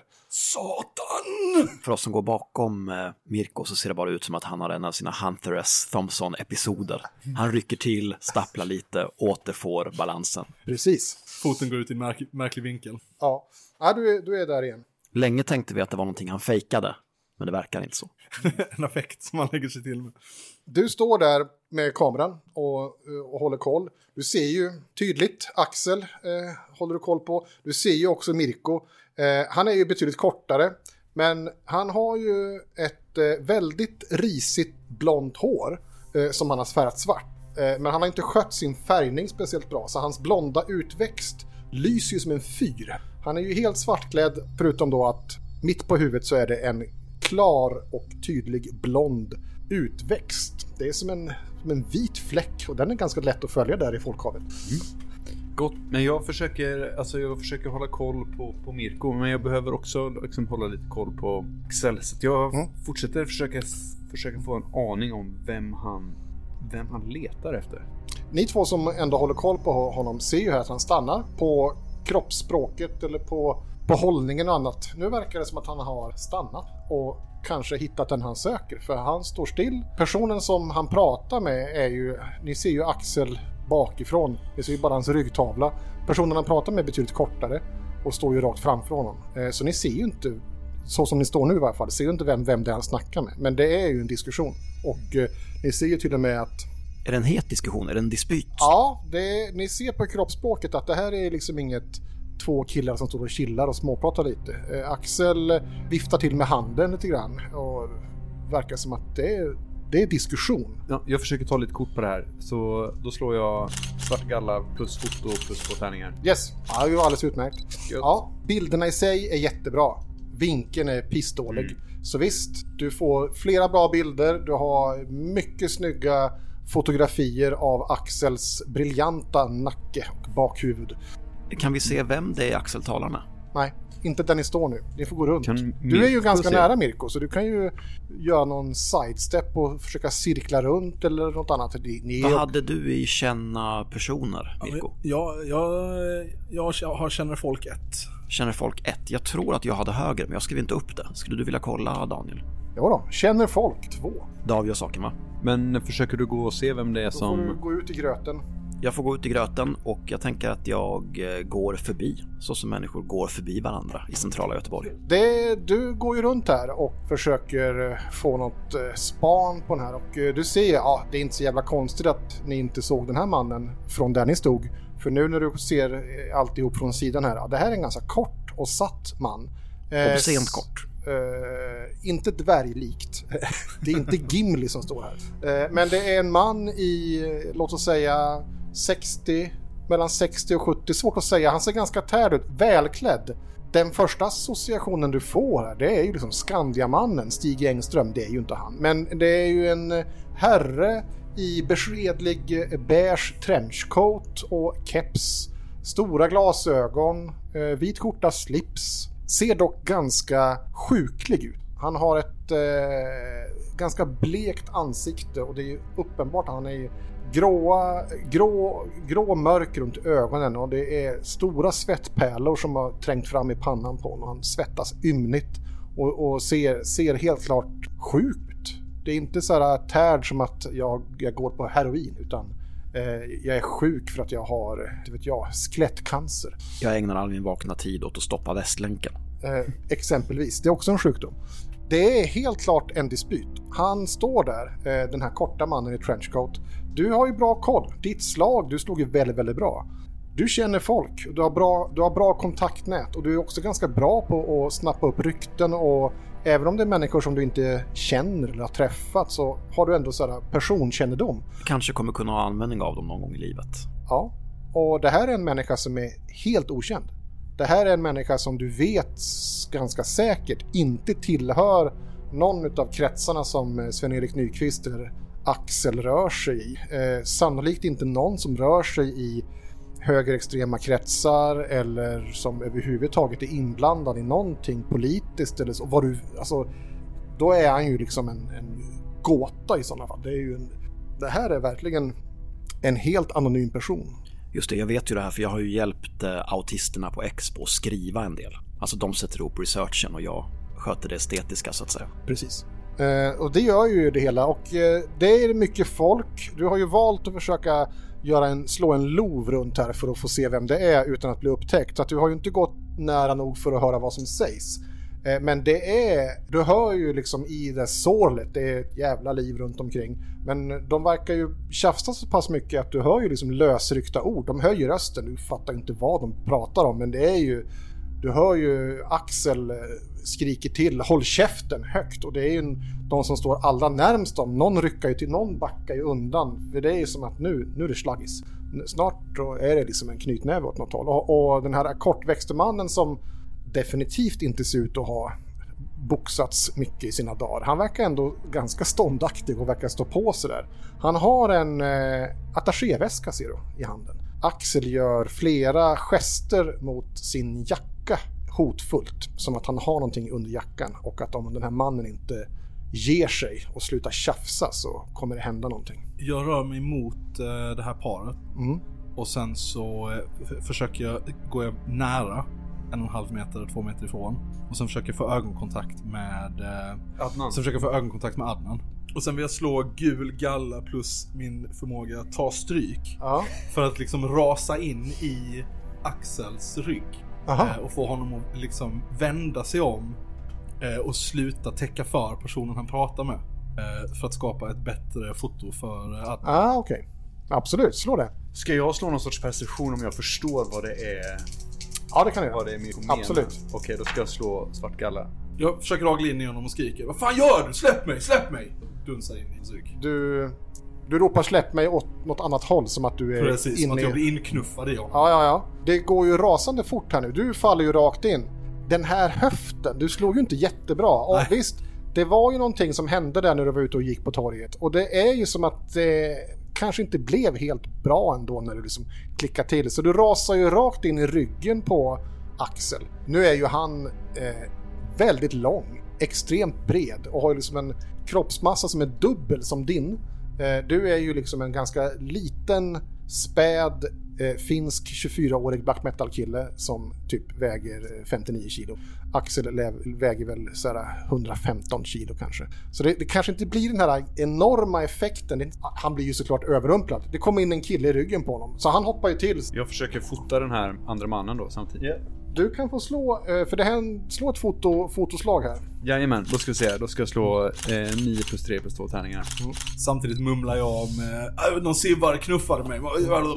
Satan! För oss som går bakom eh, Mirko så ser det bara ut som att han har en av sina Hunter S. Thompson-episoder. Han rycker till, stapplar lite, återfår balansen. Precis. Foten går ut i en märk- märklig vinkel. Ja, ja du, är, du är där igen. Länge tänkte vi att det var någonting han fejkade, men det verkar inte så. En effekt som han lägger sig till med. Du står där med kameran och, och håller koll. Du ser ju tydligt Axel eh, håller du koll på. Du ser ju också Mirko. Eh, han är ju betydligt kortare, men han har ju ett eh, väldigt risigt blont hår eh, som han har färgat svart. Eh, men han har inte skött sin färgning speciellt bra, så hans blonda utväxt lyser ju som en fyr. Han är ju helt svartklädd, förutom då att mitt på huvudet så är det en klar och tydlig blond utväxt. Det är som en, som en vit fläck och den är ganska lätt att följa där i folkhavet. Mm. Gott, men jag försöker, alltså jag försöker hålla koll på, på Mirko, men jag behöver också liksom hålla lite koll på Axel. Så jag mm. fortsätter försöka, försöka få en aning om vem han, vem han letar efter. Ni två som ändå håller koll på honom ser ju här att han stannar på kroppsspråket eller på, på hållningen och annat. Nu verkar det som att han har stannat och kanske hittat den han söker, för han står still. Personen som han pratar med är ju, ni ser ju Axel bakifrån, ni ser ju bara hans ryggtavla. Personen han pratar med är betydligt kortare och står ju rakt framför honom. Så ni ser ju inte, så som ni står nu i varje fall, ser ju inte vem, vem det är han snackar med. Men det är ju en diskussion. Och eh, ni ser ju till och med att... Är det en het diskussion? Är det en dispyt? Ja, det, ni ser på kroppsspråket att det här är liksom inget två killar som står och chillar och småpratar lite. Eh, Axel viftar till med handen lite grann och verkar som att det är, det är diskussion. Ja, jag försöker ta lite kort på det här. Så då slår jag svart galla plus foto plus två tärningar. Yes, ja, det var alldeles utmärkt. Ja, bilderna i sig är jättebra. Vinkeln är pissdålig. Mm. Så visst, du får flera bra bilder. Du har mycket snygga fotografier av Axels briljanta nacke och bakhuvud. Kan vi se vem det är Axel talar med? Nej, inte där ni står nu. Ni får gå runt. Kan du är ju ganska se? nära Mirko, så du kan ju göra någon sidestep och försöka cirkla runt eller något annat. Ni Vad hade du i känna personer, Mirko? Ja, jag, jag, jag har känner folk ett. Känner folk ett? Jag tror att jag hade högre, men jag skrev inte upp det. Skulle du vilja kolla, Daniel? Ja då, känner folk två. Det avgör saken, va? Men försöker du gå och se vem det är då som... Då får du gå ut i gröten. Jag får gå ut i gröten och jag tänker att jag går förbi, så som människor går förbi varandra i centrala Göteborg. Det, du går ju runt här och försöker få något span på den här och du ser, ja, det är inte så jävla konstigt att ni inte såg den här mannen från där ni stod. För nu när du ser alltihop från sidan här, ja, det här är en ganska kort och satt man. Obscent kort. Uh, inte dvärglikt. Det är inte Gimli som står här. Uh, men det är en man i, låt oss säga sextio mellan sextio och sjuttio, svårt att säga. Han ser ganska tärd ut, välklädd. Den första associationen du får här, det är ju liksom Skandiamannen, Stig Engström, det är ju inte han. Men det är ju en herre i beskedlig beige trenchcoat och keps, stora glasögon, vit skjorta, slips. Ser dock ganska sjuklig ut. Han har ett eh, ganska blekt ansikte och det är ju uppenbart att han är gråa, grå, grå mörk runt ögonen och det är stora svettpärlor som har trängt fram i pannan på honom. Han svettas ymnigt och, och ser, ser helt klart sjuk ut. Det är inte så här tärd som att jag, jag går på heroin, utan eh, jag är sjuk för att jag har, det vet jag, skelettcancer. Jag ägnar all min vakna tid åt att stoppa Västlänken. Eh, exempelvis, det är också en sjukdom. Det är helt klart en dispyt. Han står där, eh, den här korta mannen i trenchcoat. Du har ju bra koll. Ditt slag, du slog ju väldigt, väldigt bra. Du känner folk, du har bra, du har bra kontaktnät och du är också ganska bra på att snappa upp rykten, och även om det är människor som du inte känner eller har träffat så har du ändå sådär personkännedom. Kanske kommer kunna ha användning av dem någon gång i livet. Ja, och det här är en människa som är helt okänd. Det här är en människa som du vet ganska säkert inte tillhör någon av kretsarna som Sven-Erik Nyqvist eller Axel rör sig i. Eh, sannolikt inte någon som rör sig i högerextrema kretsar eller som överhuvudtaget är inblandad i någonting politiskt eller så. Vad du, alltså, då är han ju liksom en, en gåta i sådana fall. Det, är ju en, det här är verkligen en helt anonym person. Just det, jag vet ju det här för jag har ju hjälpt eh, autisterna på Expo att skriva en del. Alltså de sätter ihop researchen och jag sköter det estetiska så att säga. Precis. Eh, och det gör ju det hela, och eh, det är mycket folk. Du har ju valt att försöka göra en, slå en lov runt här för att få se vem det är utan att bli upptäckt. Så att du har ju inte gått nära nog för att höra vad som sägs. Eh, men det är, du hör ju liksom i det sårlet, det är ett jävla liv runt omkring. Men de verkar ju tjafsa så pass mycket att du hör ju liksom lösryckta ord. De höjer rösten, du fattar inte vad de pratar om, men det är ju, du hör ju Axel skriker till, håll käften högt, och det är ju de som står allra närmst dem. Någon ryckar ju till, någon backar ju undan, för det är ju som att nu, nu är det slaggis. Snart då är det liksom en knytnäve åt något håll. Och, och den här kortväxte mannen som definitivt inte ser ut att ha boxats mycket i sina dagar, han verkar ändå ganska ståndaktig och verkar stå på sig där. Han har en eh, attachéväska ser du i handen. Axel gör flera gester mot sin jacka hotfullt, som att han har någonting under jackan, och att om den här mannen inte ger sig och slutar tjafsa så kommer det hända någonting. Jag rör mig mot eh, det här paret Mm. och sen så eh, f- försöker jag, går jag nära en och en halv meter, två meter ifrån, och sen försöker jag få ögonkontakt med eh, Adnan. sen försöker jag få ögonkontakt med Adnan. Och sen vill jag slå gul galla plus min förmåga att ta stryk Ja. för att liksom rasa in i Axels rygg. Aha. Eh, och få honom att liksom vända sig om eh, och sluta täcka för personen han pratar med, eh, för att skapa ett bättre foto för eh, Adnan. Ah, okej. Okay. Absolut, slå det. Ska jag slå någon sorts perception om jag förstår vad det är? Ja, det kan jag Vad göra. det är min menar? Absolut. Okej, då ska jag slå svart galla. Jag försöker ragla in i honom och skriker: vad fan gör du? Släpp mig, släpp mig! Dunsar in i psyk. Du, du ropar släpp mig åt något annat håll, som att du är Precis, som inne att i... jag blir inknuffad i honom. Ja, ja, ja. Det går ju rasande fort här nu. Du faller ju rakt in. Den här höften, du slog ju inte jättebra. Och Nej. visst, det var ju någonting som hände där när du var ute och gick på torget. Och det är ju som att det kanske inte blev helt bra ändå när du liksom klickar till. Så du rasar ju rakt in i ryggen på Axel. Nu är ju han eh, väldigt lång, extremt bred och har ju liksom en kroppsmassa som är dubbel som din. Eh, du är ju liksom en ganska liten, späd, eh, finsk tjugofyraårig black metal-kille som typ väger femtionio kilo. Axel lä- väger väl sådär hundrafemton kilo kanske. Så det, det kanske inte blir den här enorma effekten. Det, han blir ju såklart överrumplad. Det kommer in en kille i ryggen på honom. Så han hoppar ju till. Jag försöker fota den här andra mannen då samtidigt. Yeah. Du kan få slå, för det här, slå ett foto, fotoslag här. Jajamän, då ska vi se. Då ska jag slå eh, nio plus tre plus två tärningar. Mm. Samtidigt mumlar jag om äh, någon sivare knuffade mig.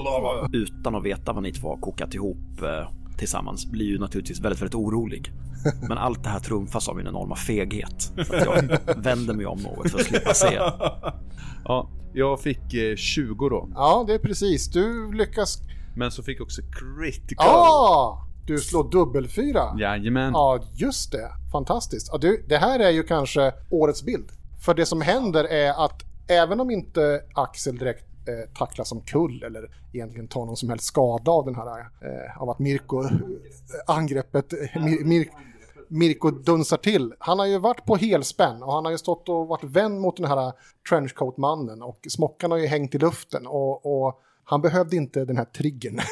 Utan att veta vad ni två har kokat ihop eh, tillsammans blir ju naturligtvis väldigt, väldigt orolig. Men allt det här trumfas av min enorma feghet. Så att jag vänder mig om något för att slippa se. Ja, jag fick eh, tjugo då. Ja, det är precis. Du lyckas Men så fick också critical. Ja, ah, du slår dubbelfyra. Jajamän. Ja, just det. Fantastiskt. Ja, du, det här är ju kanske årets bild. För det som händer är att även om inte Axel direkt eh, tacklas som kull eller egentligen tar någon som helst skada av den här eh, av att Mirko eh, angreppet eh, Mir, Mir, Mirko dunsar till. Han har ju varit på helspänn och han har ju stått och varit vän mot den här trenchcoat-mannen och smockan har ju hängt i luften och, och han behövde inte den här triggern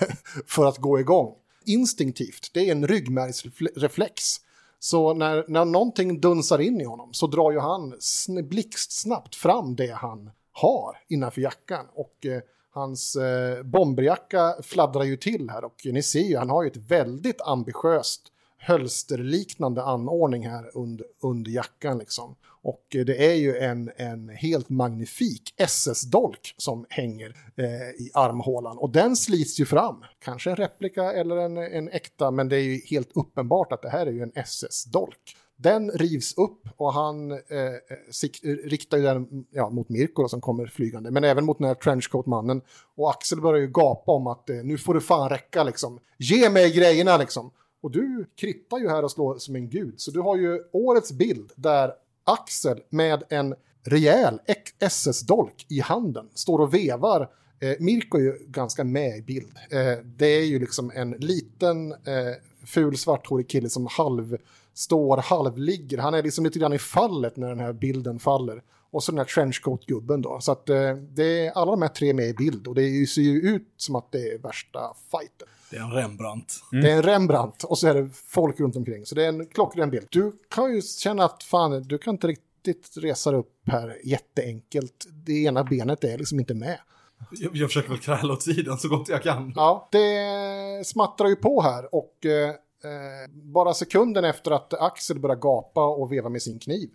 för att gå igång. Instinktivt, det är en ryggmärgsreflex. Så när, när någonting dunsar in i honom så drar ju han sn- blixtsnabbt fram det han har innanför jackan. Och eh, hans eh, bomberjacka fladdrar ju till här. Och ni ser ju, han har ju ett väldigt ambitiöst hölsterliknande anordning här under, under jackan liksom. Och eh, det är ju en, en helt magnifik S S-dolk som hänger eh, i armhålan. Och den slits ju fram. Kanske en replika eller en, en äkta, men det är ju helt uppenbart att det här är ju en S S-dolk. Den rivs upp och han eh, sikt, riktar ju den ja, mot Mirko som kommer flygande. Men även mot den här trenchcoat-mannen. Och Axel börjar ju gapa om att eh, nu får det fan räcka liksom. Ge mig grejerna liksom. Och du krittar ju här och slår som en gud. Så du har ju årets bild där Axel med en rejäl S S-dolk i handen står och vevar. Eh, Mirko är ju ganska med i bild. Eh, det är ju liksom en liten eh, ful svarthårig kille som halv står, halvligger. Han är liksom lite grann i fallet när den här bilden faller. Och så den här trenchcoat-gubben då. Så att eh, det är alla de här tre med i bild. Och det ser ju ut som att det är värsta fighten. Det är en Rembrandt. Mm. Det är en Rembrandt och så är det folk runt omkring. Så det är en klockren bild. Du kan ju känna att fan, du kan inte riktigt resa upp här jätteenkelt. Det ena benet är liksom inte med. Jag, jag försöker väl kräla åt sidan så gott jag kan. Ja, det smattrar ju på här och eh, bara sekunden efter att Axel börjar gapa och veva med sin kniv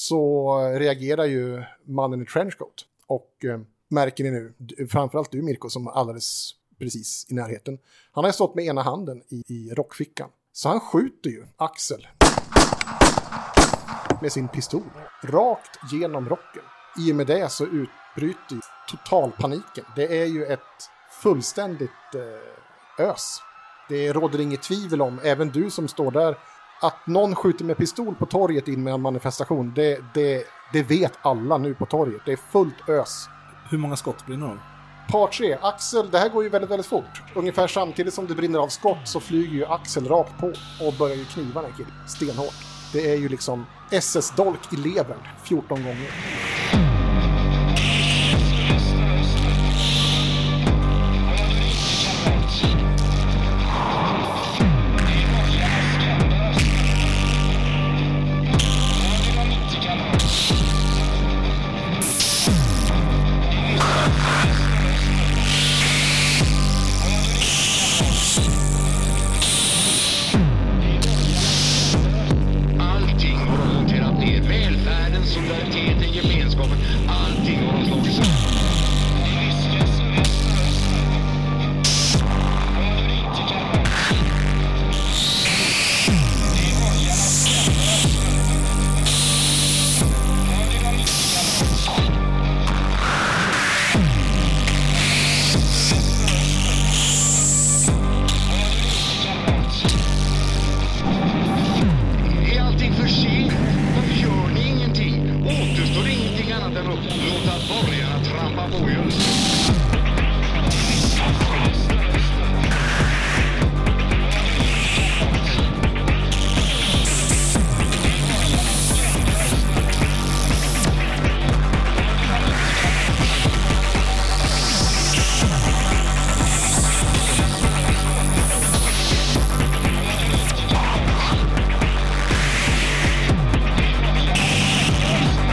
så reagerar ju mannen i trenchcoat. Och eh, märker ni nu, framförallt du Mirko som alldeles precis i närheten. Han har stått med ena handen i, i rockfickan. Så han skjuter ju Axel med sin pistol rakt genom rocken. I och med det så utbryter ju totalpaniken. Det är ju ett fullständigt eh, ös. Det råder inget tvivel om, även du som står där, att någon skjuter med pistol på torget in med en manifestation. Det, det, det vet alla nu på torget. Det är fullt ös. Hur många skott blir det nu? Par tre. Axel, det här går ju väldigt, väldigt fort. Ungefär samtidigt som det brinner av skott så flyger ju Axel rakt på och börjar ju kniva den killen stenhårt. Det är ju liksom S S-dolk i levern fjorton gånger.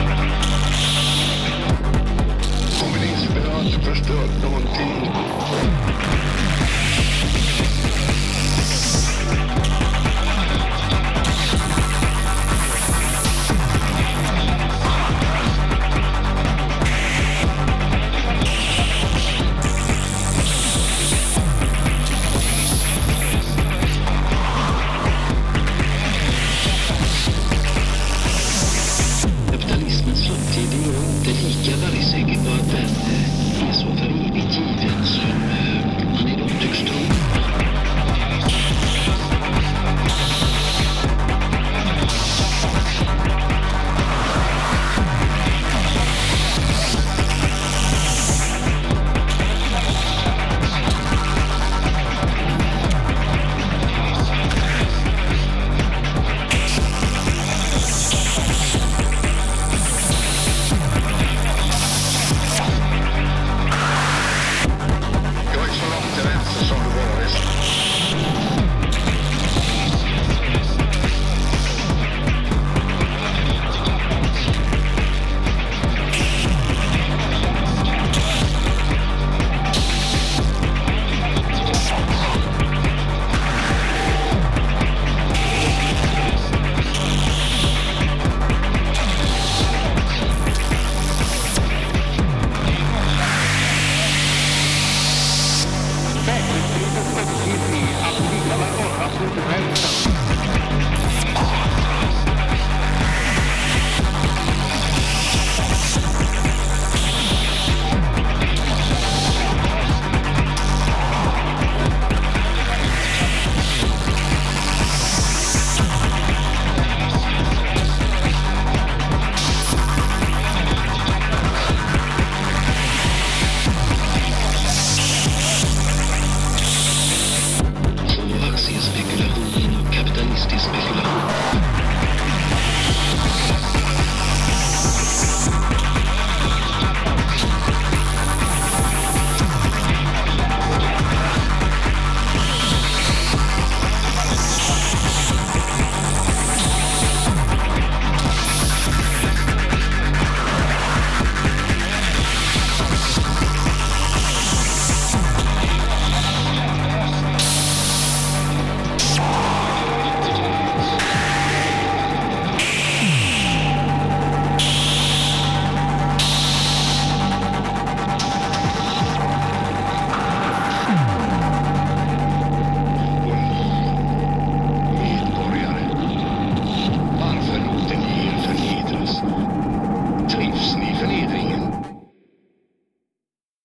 Förstört någonting.